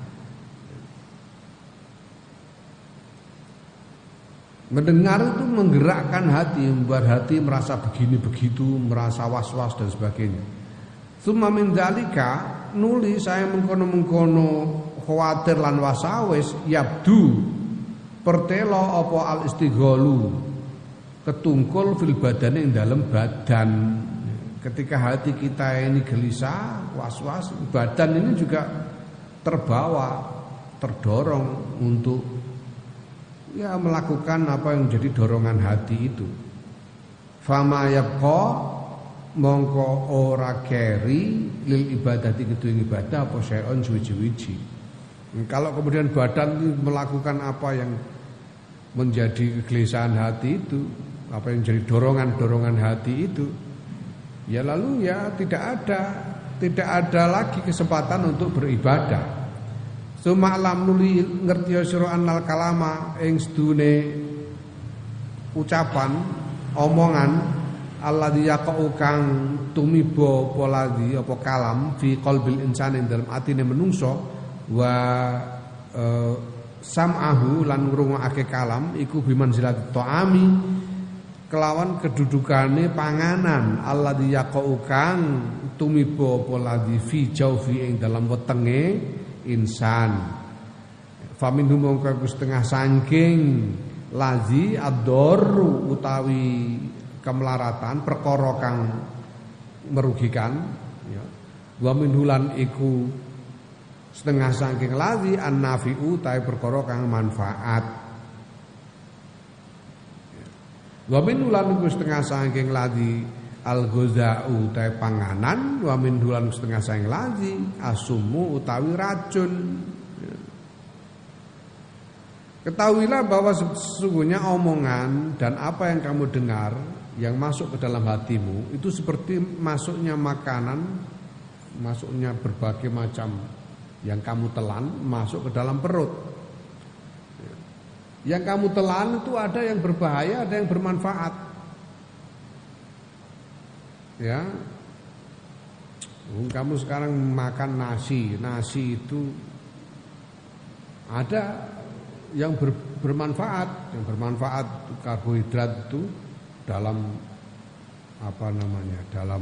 Mendengar itu menggerakkan hati, membuat hati merasa begini begitu, merasa was-was dan sebagainya. Tsumma min dzalika nuli saya mengkono-mengkono khawatir lan wasawis yabdu pertelo apa al istighalu ketungkul fil badane ing dalem badan. Ketika hati kita ini gelisah, was-was, badan ini juga terbawa, terdorong untuk ya melakukan apa yang menjadi dorongan hati itu. Fama yabqa mongko ora keri lil ibadati kedue ibadah apa syai'un suwi-wiji. Kalau kemudian badan itu melakukan apa yang menjadi kegelisahan hati itu, apa yang menjadi dorongan-dorongan hati itu, ya lalu ya tidak ada tidak ada lagi kesempatan untuk beribadah. Suma alam nuli ngerti sira annal kalama ing sedune ucapan omongan alladzi yaqau kang tumiba apa ladzi apa kalam fi qalbil insani dalam atine menungso wa e, sam'ahu lan ngrungokake kalam iku bimanzilati ta'ami kelawan kedudukane panganan alladzi yaqau kang tumiba apa ladzi fi jaufi ing dalam wetenge insan. Faminhum mongko setengah saking lazi ad-darru utawi kemelaratan perkara kang merugikan ya. Wa minhulan iku setengah saking lazi an-nafi'u utawi perkara kang manfaat. Wa minhulan iku setengah saking lazi al-ghaza'u utawi panganan, wa min dulan setengah saking lazi asumu utawi racun. Ketahuilah bahwa sesungguhnya omongan dan apa yang kamu dengar yang masuk ke dalam hatimu itu seperti masuknya makanan, masuknya berbagai macam yang kamu telan masuk ke dalam perut. Yang kamu telan itu ada yang berbahaya, ada yang bermanfaat. Ya. Kamu sekarang makan nasi, nasi itu ada yang ber, bermanfaat, yang bermanfaat karbohidrat itu dalam apa namanya, dalam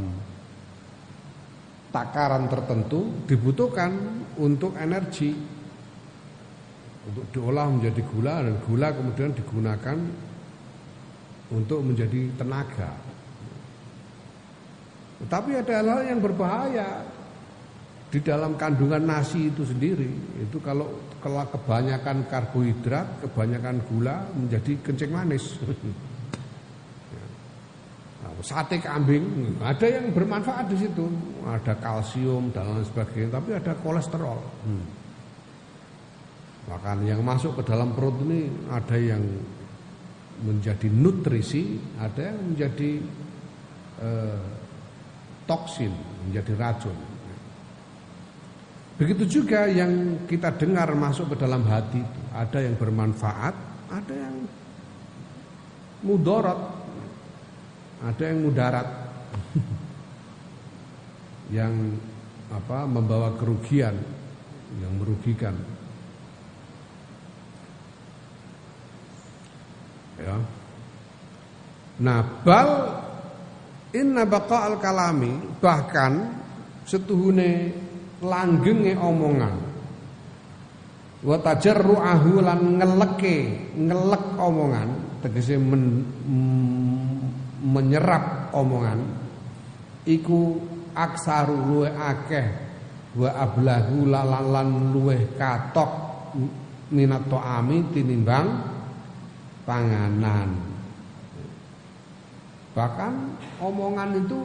takaran tertentu dibutuhkan untuk energi, untuk diolah menjadi gula, dan gula kemudian digunakan untuk menjadi tenaga. Tetapi ada hal-hal yang berbahaya di dalam kandungan nasi itu sendiri. Itu kalau kalau kebanyakan karbohidrat, kebanyakan gula menjadi kencing manis. Sate kambing ada yang bermanfaat di situ, ada kalsium dan lain sebagainya, tapi ada kolesterol. Hmm. Bahkan yang masuk ke dalam perut ini ada yang menjadi nutrisi, ada yang menjadi eh, toksin, menjadi racun. Begitu juga yang kita dengar masuk ke dalam hati itu, ada yang bermanfaat, ada yang mudarat, ada yang mudarat, yang apa membawa kerugian, yang merugikan. Ya. Nah, bal inna baqa'al kalami, bahkan setuhune langgenge omongan, wa tajarru'ahu lan ngeleke ngelek omongan, tegese men, mm, menyerap omongan, iku aksaru luwe akeh, wa ablahu lan luwe katok minat ta'ami tinimbang panganan. Bahkan omongan itu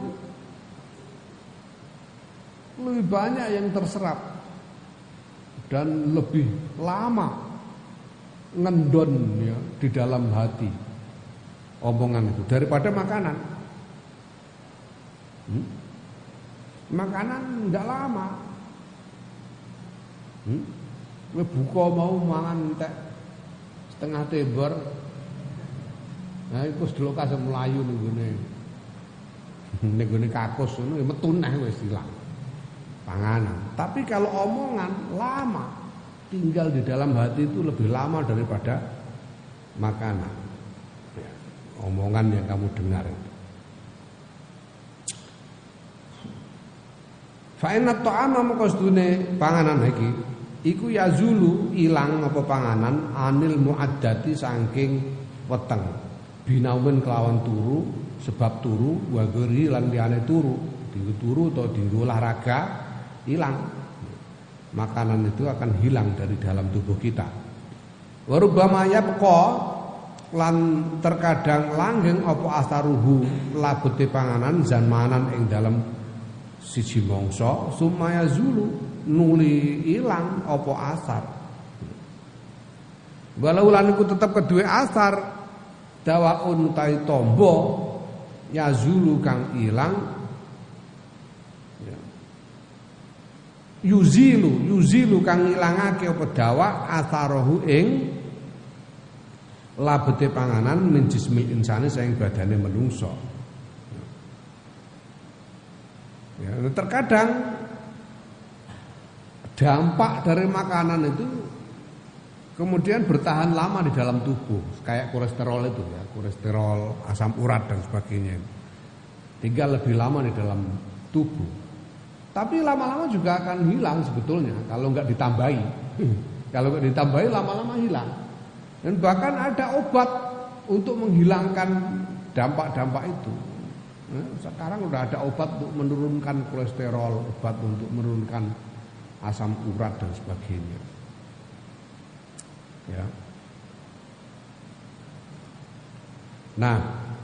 lebih banyak yang terserap dan lebih lama ngendon ya di dalam hati omongan itu daripada makanan. Hmm? Makanan enggak lama. Hmm? Buka mau mangan entek setengah tebar. Nah iku sedelo kasem mlayu ning gone. Ning gone kakus ngono ya metu neh wis ilang. Panganan. Tapi kalau omongan lama, tinggal di dalam hati itu lebih lama daripada makanan. Ya, omongan yang kamu dengar itu. Fa inna ta'ama maqsdune panganan iki iku yazulu ilang apa panganan anil muaddati saking weteng. Binaumen kelawan turu, sebab turu wa ghairi lan liyane turu, dienggo turu atau dienggo olahraga hilang. Makanan itu akan hilang dari dalam tubuh kita. Wa rubbama yabqa lan terkadang langgeng apa asaruhu labete panganan zamanan ing dalam siji mangsa sumaya zulu nuli ilang apa asar. Walau lan iku tetep kedue asar dawaun tai tombo ya zulu kang ilang ya. yuzilu yuzilu kang ilangake apa dawa asarohu ing labete panganan min jismil insani saing badane menungso. Ya, terkadang dampak dari makanan itu kemudian bertahan lama di dalam tubuh, kayak kolesterol itu ya, kolesterol, asam urat dan sebagainya. Tinggal lebih lama di dalam tubuh. Tapi lama-lama juga akan hilang sebetulnya kalau nggak ditambahi. Kalau nggak ditambahi lama-lama hilang. Dan bahkan ada obat untuk menghilangkan dampak-dampak itu. Sekarang udah ada obat untuk menurunkan kolesterol, obat untuk menurunkan asam urat dan sebagainya. Ya. Nah,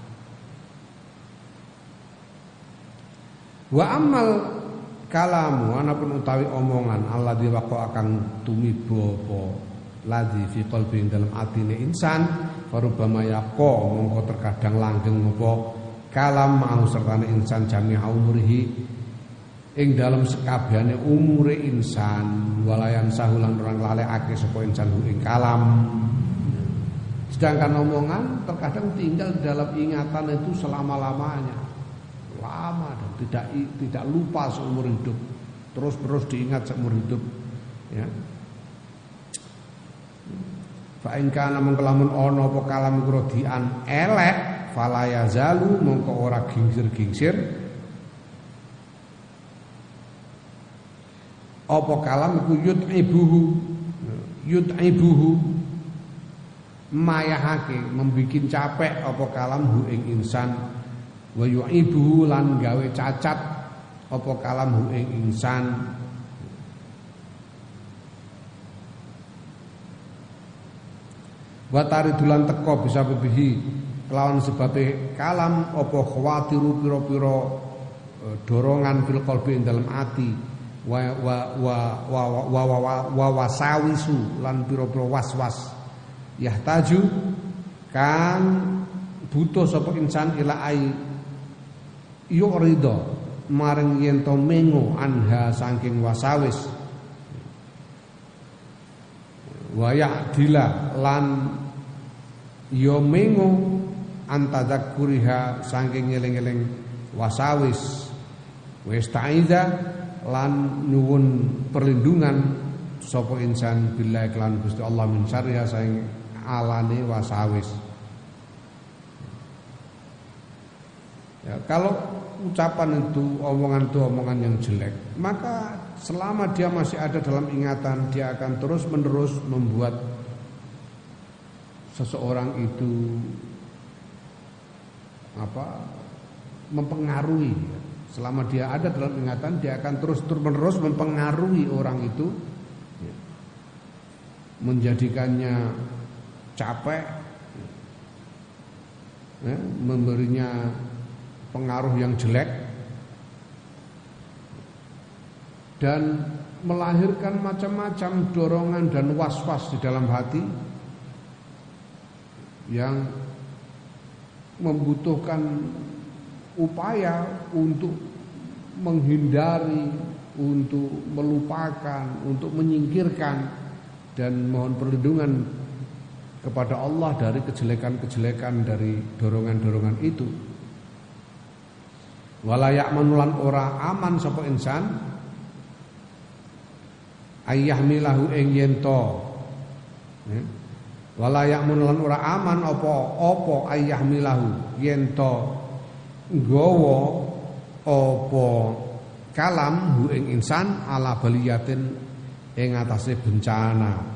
wa amal kalamu anapun utawi omongan Allah diwaqa akan tumiba apa ladzi fi qalbi dalam atine insan farubama yaqa mongko terkadang langgeng apa kalam mau sertane insan jami'a umrihi ing dalam sekabehane umure insan walayan sahulan orang lalekake sapa insan ing kalam Sedangkan omongan terkadang tinggal di dalam ingatan itu selama-lamanya, lama dan tidak tidak lupa seumur hidup, terus-terus diingat seumur hidup. Ya. Fa in kana mengkelamun ana apa kalam krodian elek, fala yazalu mongko ora gingsir-gingsir apa kalam iku yut'ibuhu yut'ibuhu mayahake membikin capek apa kalam hu ing insan wa yu'ibuhu lan gawe cacat apa kalam hu ing insan wa taridulan teko bisa bebihi kelawan sebabe kalam apa khawatiru pira-pira dorongan fil qalbi ing dalem ati wa wa wa wa wa wa wa wasawisu lan pira-pira was-was yahtaju kan butuh sapa insan ila ai yurido maring yen to mengo anha saking wasawis wa ya'dila lan yo mengo antadzakuriha saking ngeling-eling wasawis wis ta'iza lan nuwun perlindungan sapa insan billahi kelan Gusti Allah min syarriha saing alane wasawis. Ya, kalau ucapan itu, omongan itu omongan yang jelek, maka selama dia masih ada dalam ingatan, dia akan terus-menerus membuat seseorang itu apa? mempengaruhi. Selama dia ada dalam ingatan, dia akan terus-menerus mempengaruhi orang itu, ya, menjadikannya capek, ya, memberinya pengaruh yang jelek, dan melahirkan macam-macam dorongan dan was-was di dalam hati yang membutuhkan upaya untuk menghindari, untuk melupakan, untuk menyingkirkan, dan mohon perlindungan kepada Allah dari kejelekan-kejelekan dari dorongan-dorongan itu. Walayak manulan ora aman sapa insan ayah milahu ing yento. Walayak manulan ora aman apa apa ayah milahu yento nggawa apa kalam hu ing insan ala baliyatin ing atase bencana.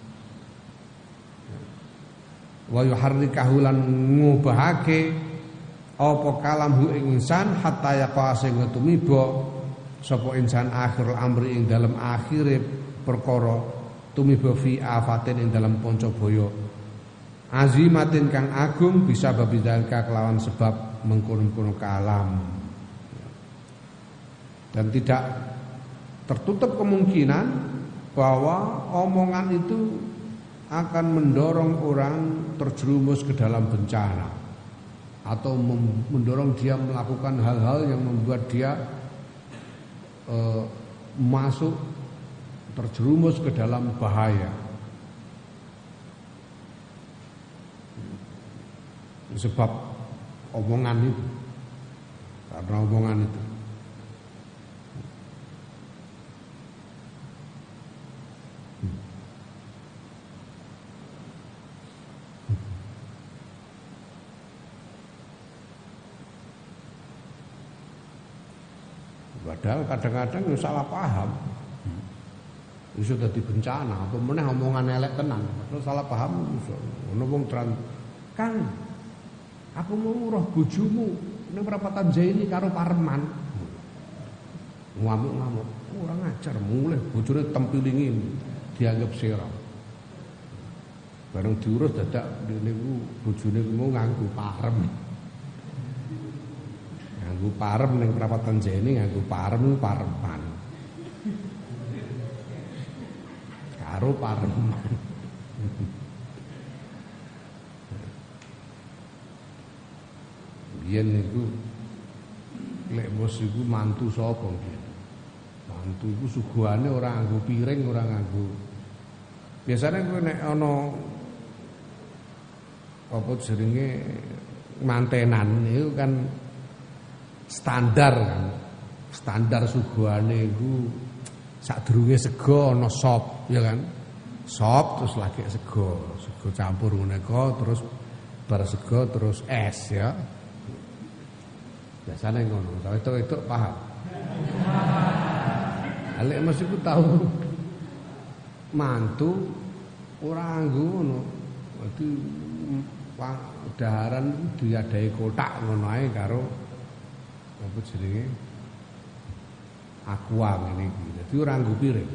Wa yuharrikahu lan ngubahake apa kalam hu ing insan hatta yaqa sing tumiba sapa insan akhirul amri ing dalem akhire perkara tumiba fi afatin ing dalem pancabaya azimatin kang agung bisa babidalika kelawan sebab mengkono-kono kalam. Dan tidak tertutup kemungkinan bahwa omongan itu akan mendorong orang terjerumus ke dalam bencana atau mendorong dia melakukan hal-hal yang membuat dia eh, masuk terjerumus ke dalam bahaya. Sebab omongan itu, karena omongan itu. Padahal kadang-kadang ya salah paham. Iso dadi bencana, apa meneh omongan elek tenan. Terus salah paham iso. Ono wong terang, "Kang, aku mau roh bojomu ning perapatan Zaini karo Pareman." Ngamuk-ngamuk, ora ngajar, mulih bojone tempilingi dianggap sira. Bareng diurus dadak niku bojone mau nganggo parem. Nganggo parem ning perapatan Zaini nganggo parem Pareman. Karo Pareman. Biyen niku lek bos iku mantu sapa biyen. Mantu iku suguhane ora nganggo piring, ora nganggo. Biasane kowe nek ana apa jenenge mantenan itu kan standar kan. Standar suguhane iku sadurunge sego ana sop, ya kan. Sop terus lagi sego, sego campur ngene terus bar sego terus es ya. Biasanya ngono, itu itu paham. Alek mesti ku tahu mantu ora ngono. Dadi daharan diadahi kotak ngono ae karo apa jenenge aqua ngene iki. Dadi ora nggo piring.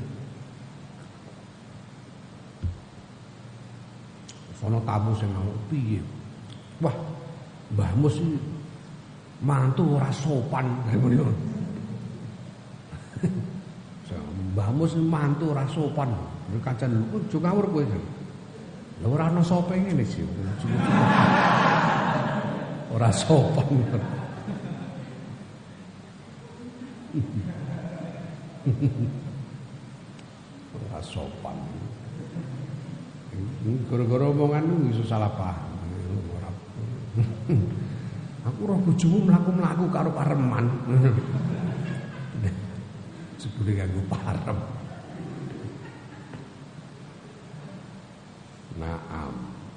Sono tamu sing ngono piye? Wah, Mbah Mus iki mantu ora sopan ngono. Mbah Mus mantu ora sopan. Kancane lho, ojo ngawur kowe. Lha ora ana sope ngene sih. Ora sopan. Ora sopan. Gara-gara omongan iso salah paham. Aku roh bojomu mlaku-mlaku karo pareman. Sebule kanggo parem. Naam.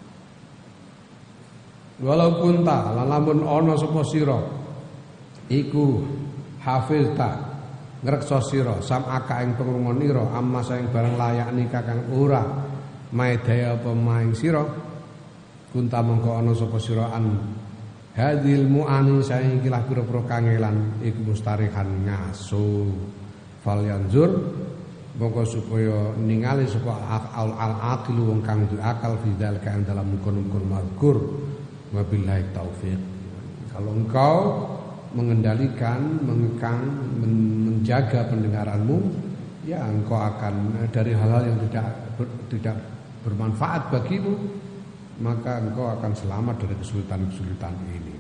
Walaupun ta lan lamun ana sapa sira iku hafizta ngreksa sira samaka ing pengrungonira amma saing barang layak nikah kang ora maedaya apa maing sira kunta mengko ana sapa sira an hadil mu'ani saing kilah pira-pira kangelan iku mustarihan ngaso fal yanzur mongko supaya ningali sapa al aqil wong kang duwe akal fidal kan dalam mukun-mukun mazkur wabillahi taufik. Kalau engkau mengendalikan, mengekang, menjaga pendengaranmu, ya engkau akan dari hal-hal yang tidak ber, tidak bermanfaat bagimu, maka engkau akan selamat dari kesulitan-kesulitan ini.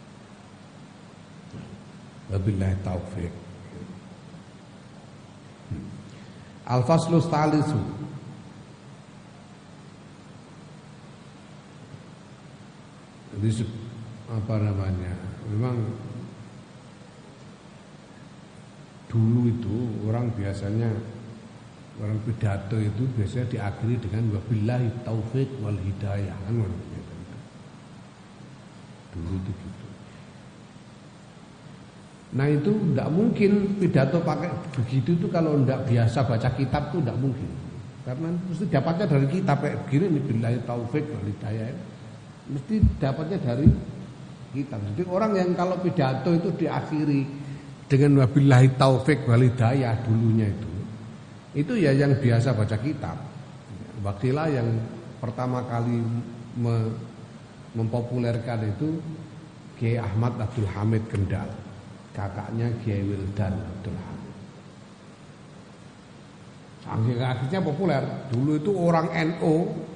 Wabillahi taufik. Al-faslu tsalitsu. Jadi apa namanya? Memang dulu itu orang biasanya orang pidato itu biasanya diakhiri dengan wabillahi taufik wal hidayah kan gitu. Dulu itu gitu. Nah itu tidak mungkin pidato pakai begitu itu kalau tidak biasa baca kitab itu tidak mungkin. Karena mesti dapatnya dari kitab kayak begini nih billahi taufik wal hidayah. Mesti dapatnya dari kitab. Jadi orang yang kalau pidato itu diakhiri dengan wabillahi taufik wal hidayah dulunya itu. Itu ya yang biasa baca kitab. Wakilah yang pertama kali me, mempopulerkan itu Kiai Ahmad Abdul Hamid Kendal. Kakaknya Kiai Wildan Abdul Hamid. Akhirnya populer. Dulu itu orang N O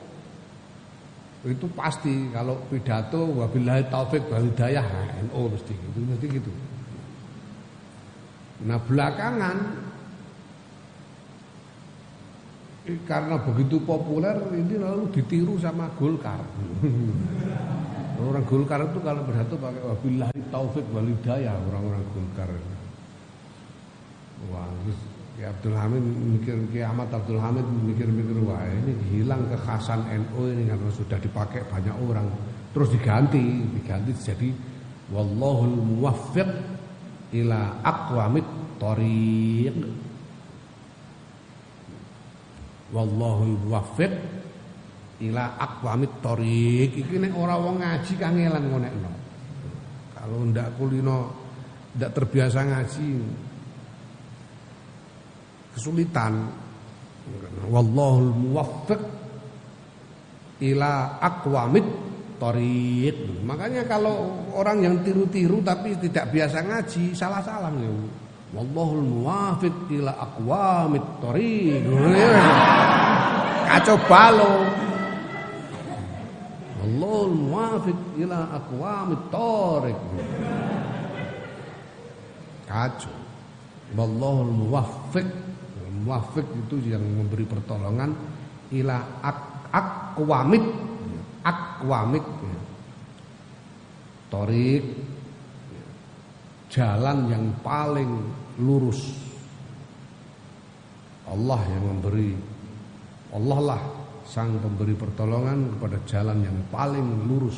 itu pasti kalau pidato wabillahi taufik wal hidayah N O mesti gitu, mesti gitu. Nah belakangan karena begitu populer ini lalu ditiru sama Golkar. Orang Golkar itu kalau pidato pakai wabillahi taufik wal hidayah orang-orang Golkar. Wah, terus Ki Abdul Hamid mikir, Ki Ahmad Abdul Hamid mikir-mikir, wah ini hilang kekhasan N U ini karena sudah dipakai banyak orang. Terus diganti, diganti jadi wallahul muwaffiq ila aqwamit thoriq. Wallahul muwaffiq ila aqwamit thoriq. Iki nek ora wong ngaji kangelan ngonekno. Kalau ndak kulino ndak terbiasa ngaji kesulitan. Wallahul muwaffiq ila aqwamit thoriq. Makanya kalau orang yang tiru-tiru tapi tidak biasa ngaji salah-salah ya. Wallahul muwaffiq ila aqwamit thoriq. Kacau balau. Wallahul muwaffiq ila aqwamit thoriq. Kacau. Wallahul muwaffiq. Muwaffiq itu yang memberi pertolongan ila aqwamit aqwamik. Torik, jalan yang paling lurus. Allah yang memberi, Allah lah sang pemberi pertolongan kepada jalan yang paling lurus.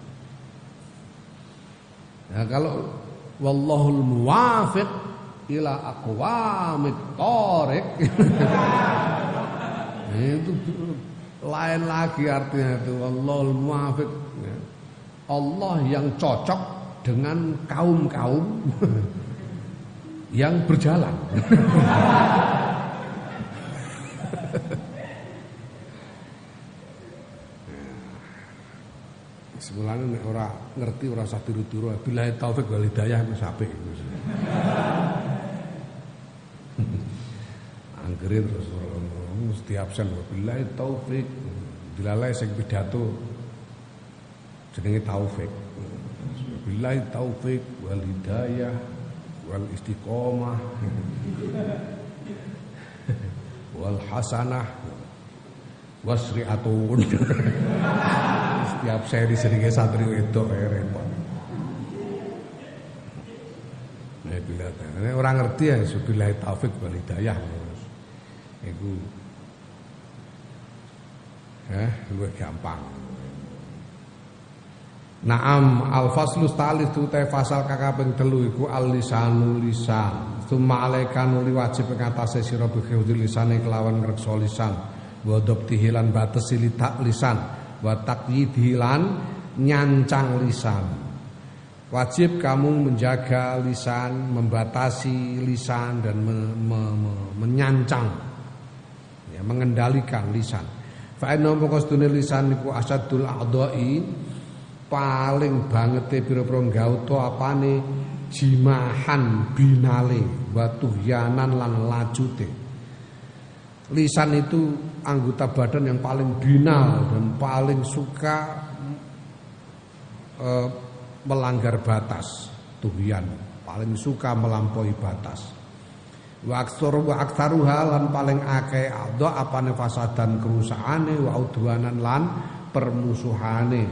Ya, kalau wallahul muwafiq ila aqwamit thoriq. Itu lain lagi artinya itu wallahul muwafiq. Allah yang cocok dengan kaum-kaum yang berjalan. Semulane nek ora ngerti ora usah tiru-tiru, billahi taufik wal hidayah wis apik. Anggere terus mesti absen billahi taufik. Dilalai sing pidato jenenge taufik. Billahi taufik wal hidayah wal istiqomah wal hasanah wasri'atun. Setiap seri seringe santri wedok kaya repot. Nek bila nek ora ngerti ya billahi taufik wal hidayah. Iku eh luwih gampang. Naam al-faslu tsalits tu te fasal kakaping telu iku al-lisanu lisan. Tsumma alaika nuli wajib ing atase sira bihudil lisane kelawan ngreksa lisan. Wa dhabtihilan batesi litak lisan. Wa taqyidhilan nyancang lisan. Wajib kamu menjaga lisan, membatasi lisan dan me, me, me, menyancang, ya, mengendalikan lisan. Fa inna maqasdune lisan iku asadul a'dha'i, paling bangete pira-pira gauta apane jimahan binale wa tuhyanan lan lajute. Lisan itu anggota badan yang paling binal dan paling suka e, melanggar batas. Tuhyan paling suka melampaui batas. Wa aktsaru wa aktsaruha lan paling akeh adha apane fasadan kerusakane wa udwanan lan permusuhane.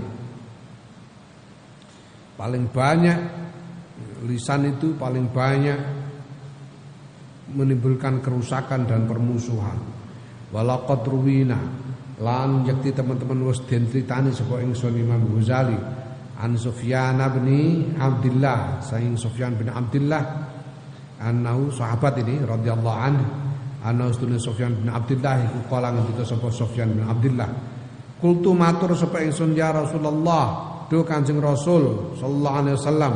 Paling banyak lisan itu paling banyak menimbulkan kerusakan dan permusuhan. Walaqad ruwina lan yakti teman-teman wis den critani saka ingsun Imam Ghazali an Sufyan bin Abdullah, saking Sufyan bin Abdullah annahu sahabat ini radhiyallahu anhu anna ustune Sufyan bin Abdullah iku kala ngendika sapa Sufyan bin Abdullah qultu matur sapa ingsun ya Rasulullah duh Kanjeng Rasul sallallahu alaihi wasallam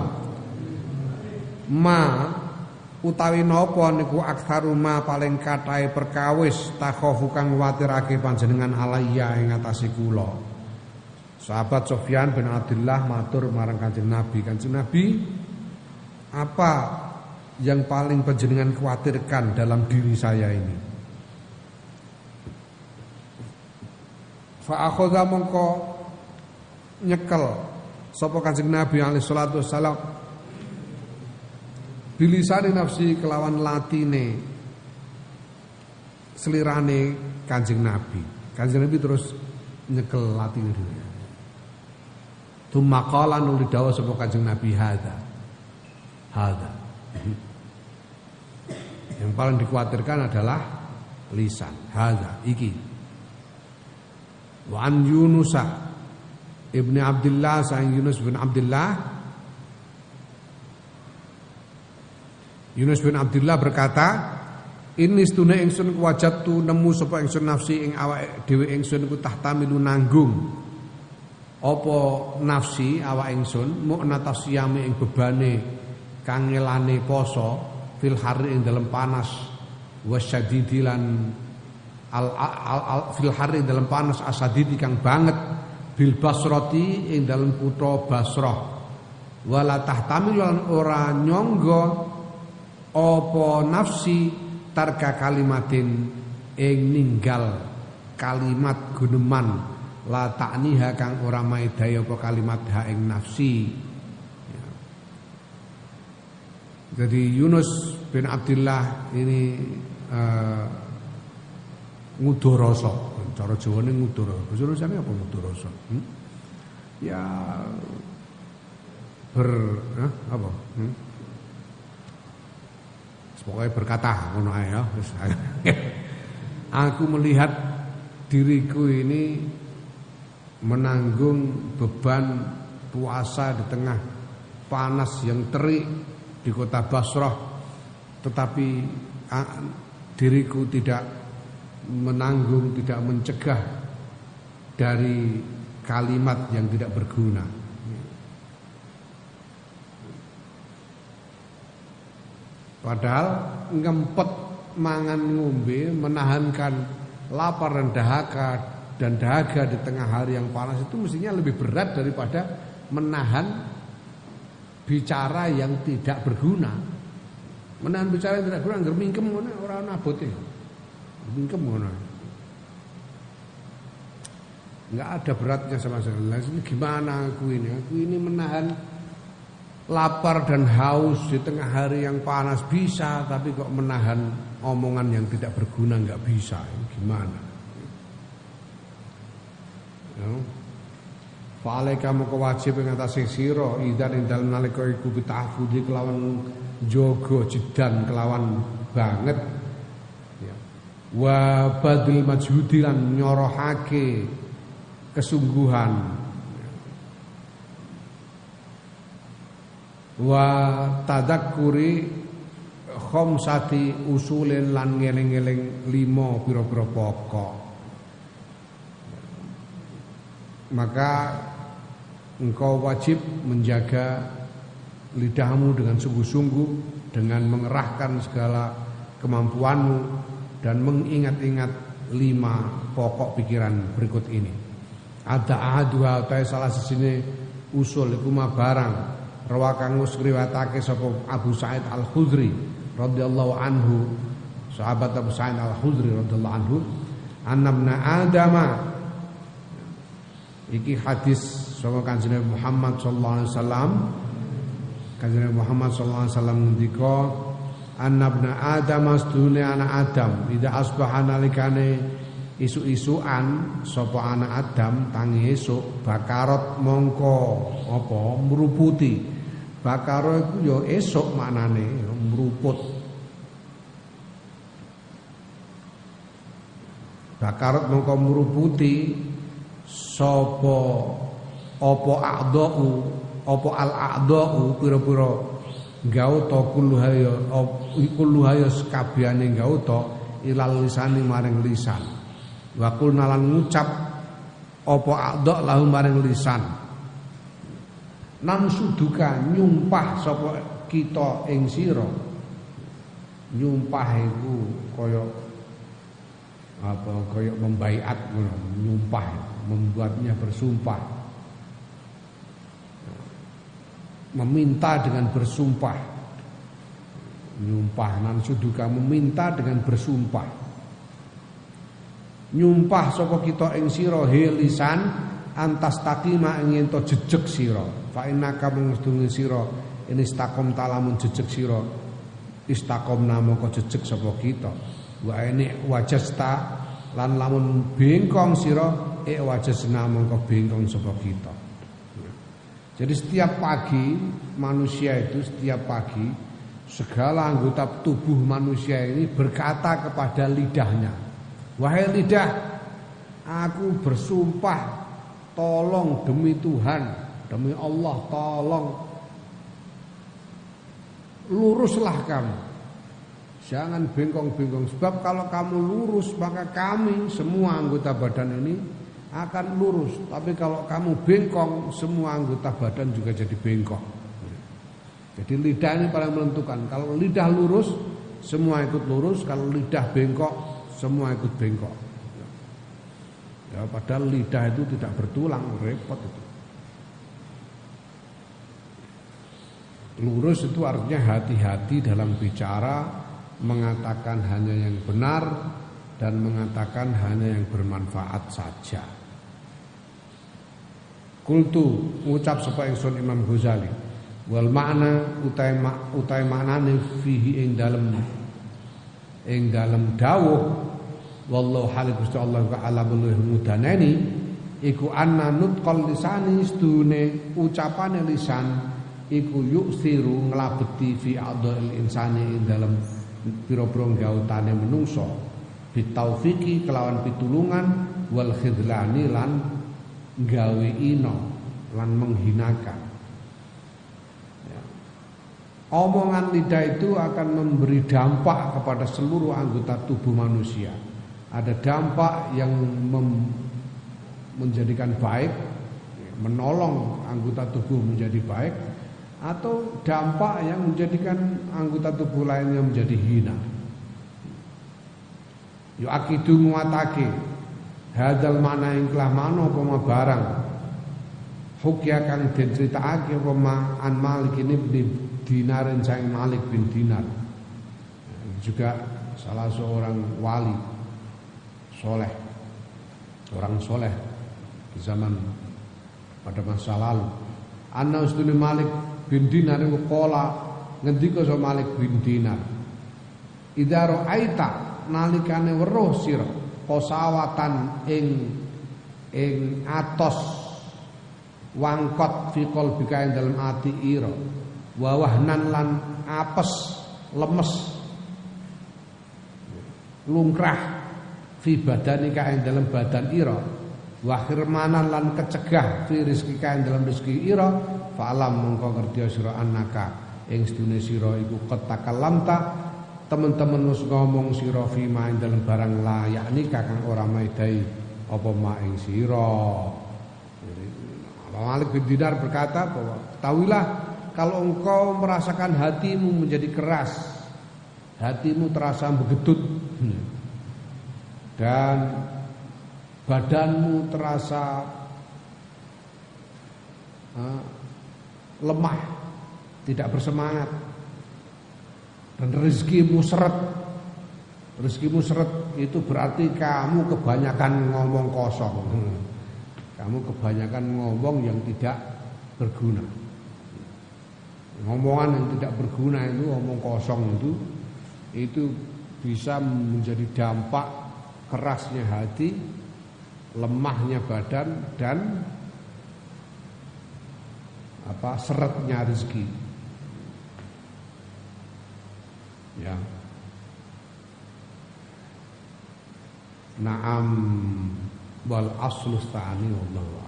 ma utawi napa niku aktsaru ma paling kathahe perkawis takhafu kang kuwatirake panjenengan alayya ing atase kula. Sahabat Sufyan bin Abdullah matur marang Kanjeng Nabi, Kanjeng Nabi, apa yang paling panjenengan khawatirkan dalam diri saya ini? Fa akhadha mongko nyekel sapa Kanjeng Nabi alaihi salatu wassalam bilisani nafsi kelawan latine selirane Kanjeng Nabi. Kanjeng Nabi terus nyekel latine dhewe. Tsumma qala nuli dawuh sapa Kanjeng Nabi hadza. Hadza. Yang paling dikhawatirkan adalah lisan. Hadza iki. Wa an Yunus ibni Abdullah sang Yunus bin Abdullah Yunus bin Abdullah berkata, ini stune ingsun kuwajatu nemu sapa ingsun nafsi ing awake dhewe ingsun iku tahtamilu nanggung. Apa nafsi awak ingsun mu'na tasyami ing bebane kangelane poso fil hari ing dalem panas wasyadidi lan al, al, al fil hari dalam panas asadidi kang banget bil Basrati ing dalem kutha Basrah wala tahtamilu lan ora nyangga apa nafsi tarka kalimatin ing ninggal kalimat guneman la ta'niha kang ora maedai apa kalimat ha ing nafsi. Ya. Jadi Yunus bin Abdullah ini uh, ngudoroso, cara Jawane ngudoro. Bahasa Indonesia apa ngudoroso? Hmm? ya ber eh, apa? Hmm? Pokoknya berkata ngono ae ya. Aku melihat diriku ini menanggung beban puasa di tengah panas yang terik di kota Basrah, tetapi diriku tidak menanggung, tidak mencegah dari kalimat yang tidak berguna. Padahal ngempet mangan ngombe, menahankan lapar dan dahaga dan dahaga di tengah hari yang panas itu mestinya lebih berat daripada menahan bicara yang tidak berguna. Menahan bicara yang tidak berguna, ngger mingkem ngono ora ana abote. Mingkem ngono. Enggak ada beratnya sama sekali. Lah ini gimana aku ini? Aku ini menahan lapar dan haus di tengah hari yang panas bisa, tapi kok menahan omongan yang tidak berguna enggak bisa. Gimana? Ya. Fa'alaika moko wajib ing atase sira idzan ing dalem nalika iku bitahfudzi kelawan jaga jidan kelawan banget. Ya. Wa badil majhudi lan nyorohake kesungguhan. Wa tadakkuri khamsati usulin lan ngeling-eling lima pira-pira pokok. Maka engkau wajib menjaga lidahmu dengan sungguh-sungguh, dengan mengerahkan segala kemampuanmu dan mengingat-ingat lima pokok pikiran berikut ini. Ada ahaduha ta salah sisine usul iku ma barang rawakan ngriwatake sapa Abu Sa'id Al-Khudri radhiyallahu anhu, sahabat Abu Sa'id Al-Khudri radhiyallahu anhu, annabna adama. Iki hadis saka Kanjeng Muhammad sallallahu alaihi wasallam. Kanjeng Muhammad sallallahu alaihi wasallam ngendika, annabna adama sedune anak Adam, ida asbaha nalikane isu-isuan sapa anak Adam tangi esuk bakarot mongko apa meruputi. Bakaro iku ya esuk maknane ya meruput. Bakarot mongko meruputi sapa apa a'dha'u apa al-a'dha'u pira-pira gauta kulluhaya kulluhaya sakabehane gauta ilal lisani maring lisan. Wa qulna lan ngucap apa a'dha' lahu maring lisan. Nam suduka nyumpah sapa kita ing sira. Nyumpah iku kaya apa kaya membaiat ngono, nyumpah membuatnya bersumpah. Meminta dengan bersumpah. Nyumpah nan suduka meminta dengan bersumpah. Nyumpah sapa kita ing sira he lisan antas takima ing ento jejeg sira. Fa innaka mungstune sira ini istakom talamun jejeg sira. Istakom namaka jejeg sapa kita. Wa ini wajasta lan lamun bengkong sira e wajasna mongko bengkong sapa kita. Jadi setiap pagi manusia itu setiap pagi segala anggota tubuh manusia ini berkata kepada lidahnya, wahai lidah, aku bersumpah, tolong demi Tuhan, demi Allah, tolong luruslah kamu. Jangan bengkong-bengkong, sebab kalau kamu lurus maka kami semua anggota badan ini akan lurus. Tapi kalau kamu bengkong, semua anggota badan juga jadi bengkok. Jadi lidah ini paling menentukan. Kalau lidah lurus, semua ikut lurus. Kalau lidah bengkok, semua ikut bengkok. Ya, padahal lidah itu tidak bertulang, repot itu. Lurus itu artinya hati-hati dalam bicara, mengatakan hanya yang benar dan mengatakan hanya yang bermanfaat saja. Kultu ngucap sapa ingsun Imam Ghazali, wal makna utai utai maknane fihi ing dalem ing dalem dawuh wallahu halik Gusti Allah wa ala mudanani iku anna nutqal lisani stune ucapane lisan iku yuksiru nglabeti fi adhil insani ing dalem pira-pira gautane menungso bitaufiqi kelawan pitulungan wal khidlani lan gawe ino lan menghinakan. Ya. Omongan lidah itu akan memberi dampak kepada seluruh anggota tubuh manusia. Ada dampak yang mem, menjadikan baik, menolong anggota tubuh menjadi baik, atau dampak yang menjadikan anggota tubuh lainnya menjadi hina. Yu akidu muatake hadal mana ing kelah mano apa barang hukya kang den critakake apa an Malik bin Dinar sang Malik bin Dinar, juga salah seorang wali soleh, orang soleh di zaman pada masa lalu. Anna ustune Malik bin Dinar iku qala ngendika so Malik bin Dinar, idza ra'aita nalikane weruh sira qasawatan ing ing atos wangkot fi qalbika ing dalem ati ira wa wahnan lan apes lemes lumrah fi badanika ing dalem badan ira wa khirmanan lan kecegah fi rizqika ing dalem rezeki ira fa alam mongko ngerti sira annaka ing sedune sira iku ketakalamta teman-teman wis ngomong sira fi ma ing dalem barang layak nikah kang ora maidai apa ma ing sira. Malik bin Dinar berkata bahwa ketahuilah kalau engkau merasakan hatimu menjadi keras, hatimu terasa begedut dan badanmu terasa uh, lemah, tidak bersemangat, dan rezekimu seret. Rezekimu seret itu berarti kamu kebanyakan ngomong kosong. Kamu kebanyakan ngomong yang tidak berguna. Ngomongan yang tidak berguna itu, ngomong kosong itu, itu bisa menjadi dampak kerasnya hati, lemahnya badan, dan apa seretnya rezeki. Ya. Naam wal aslu tsani wallahu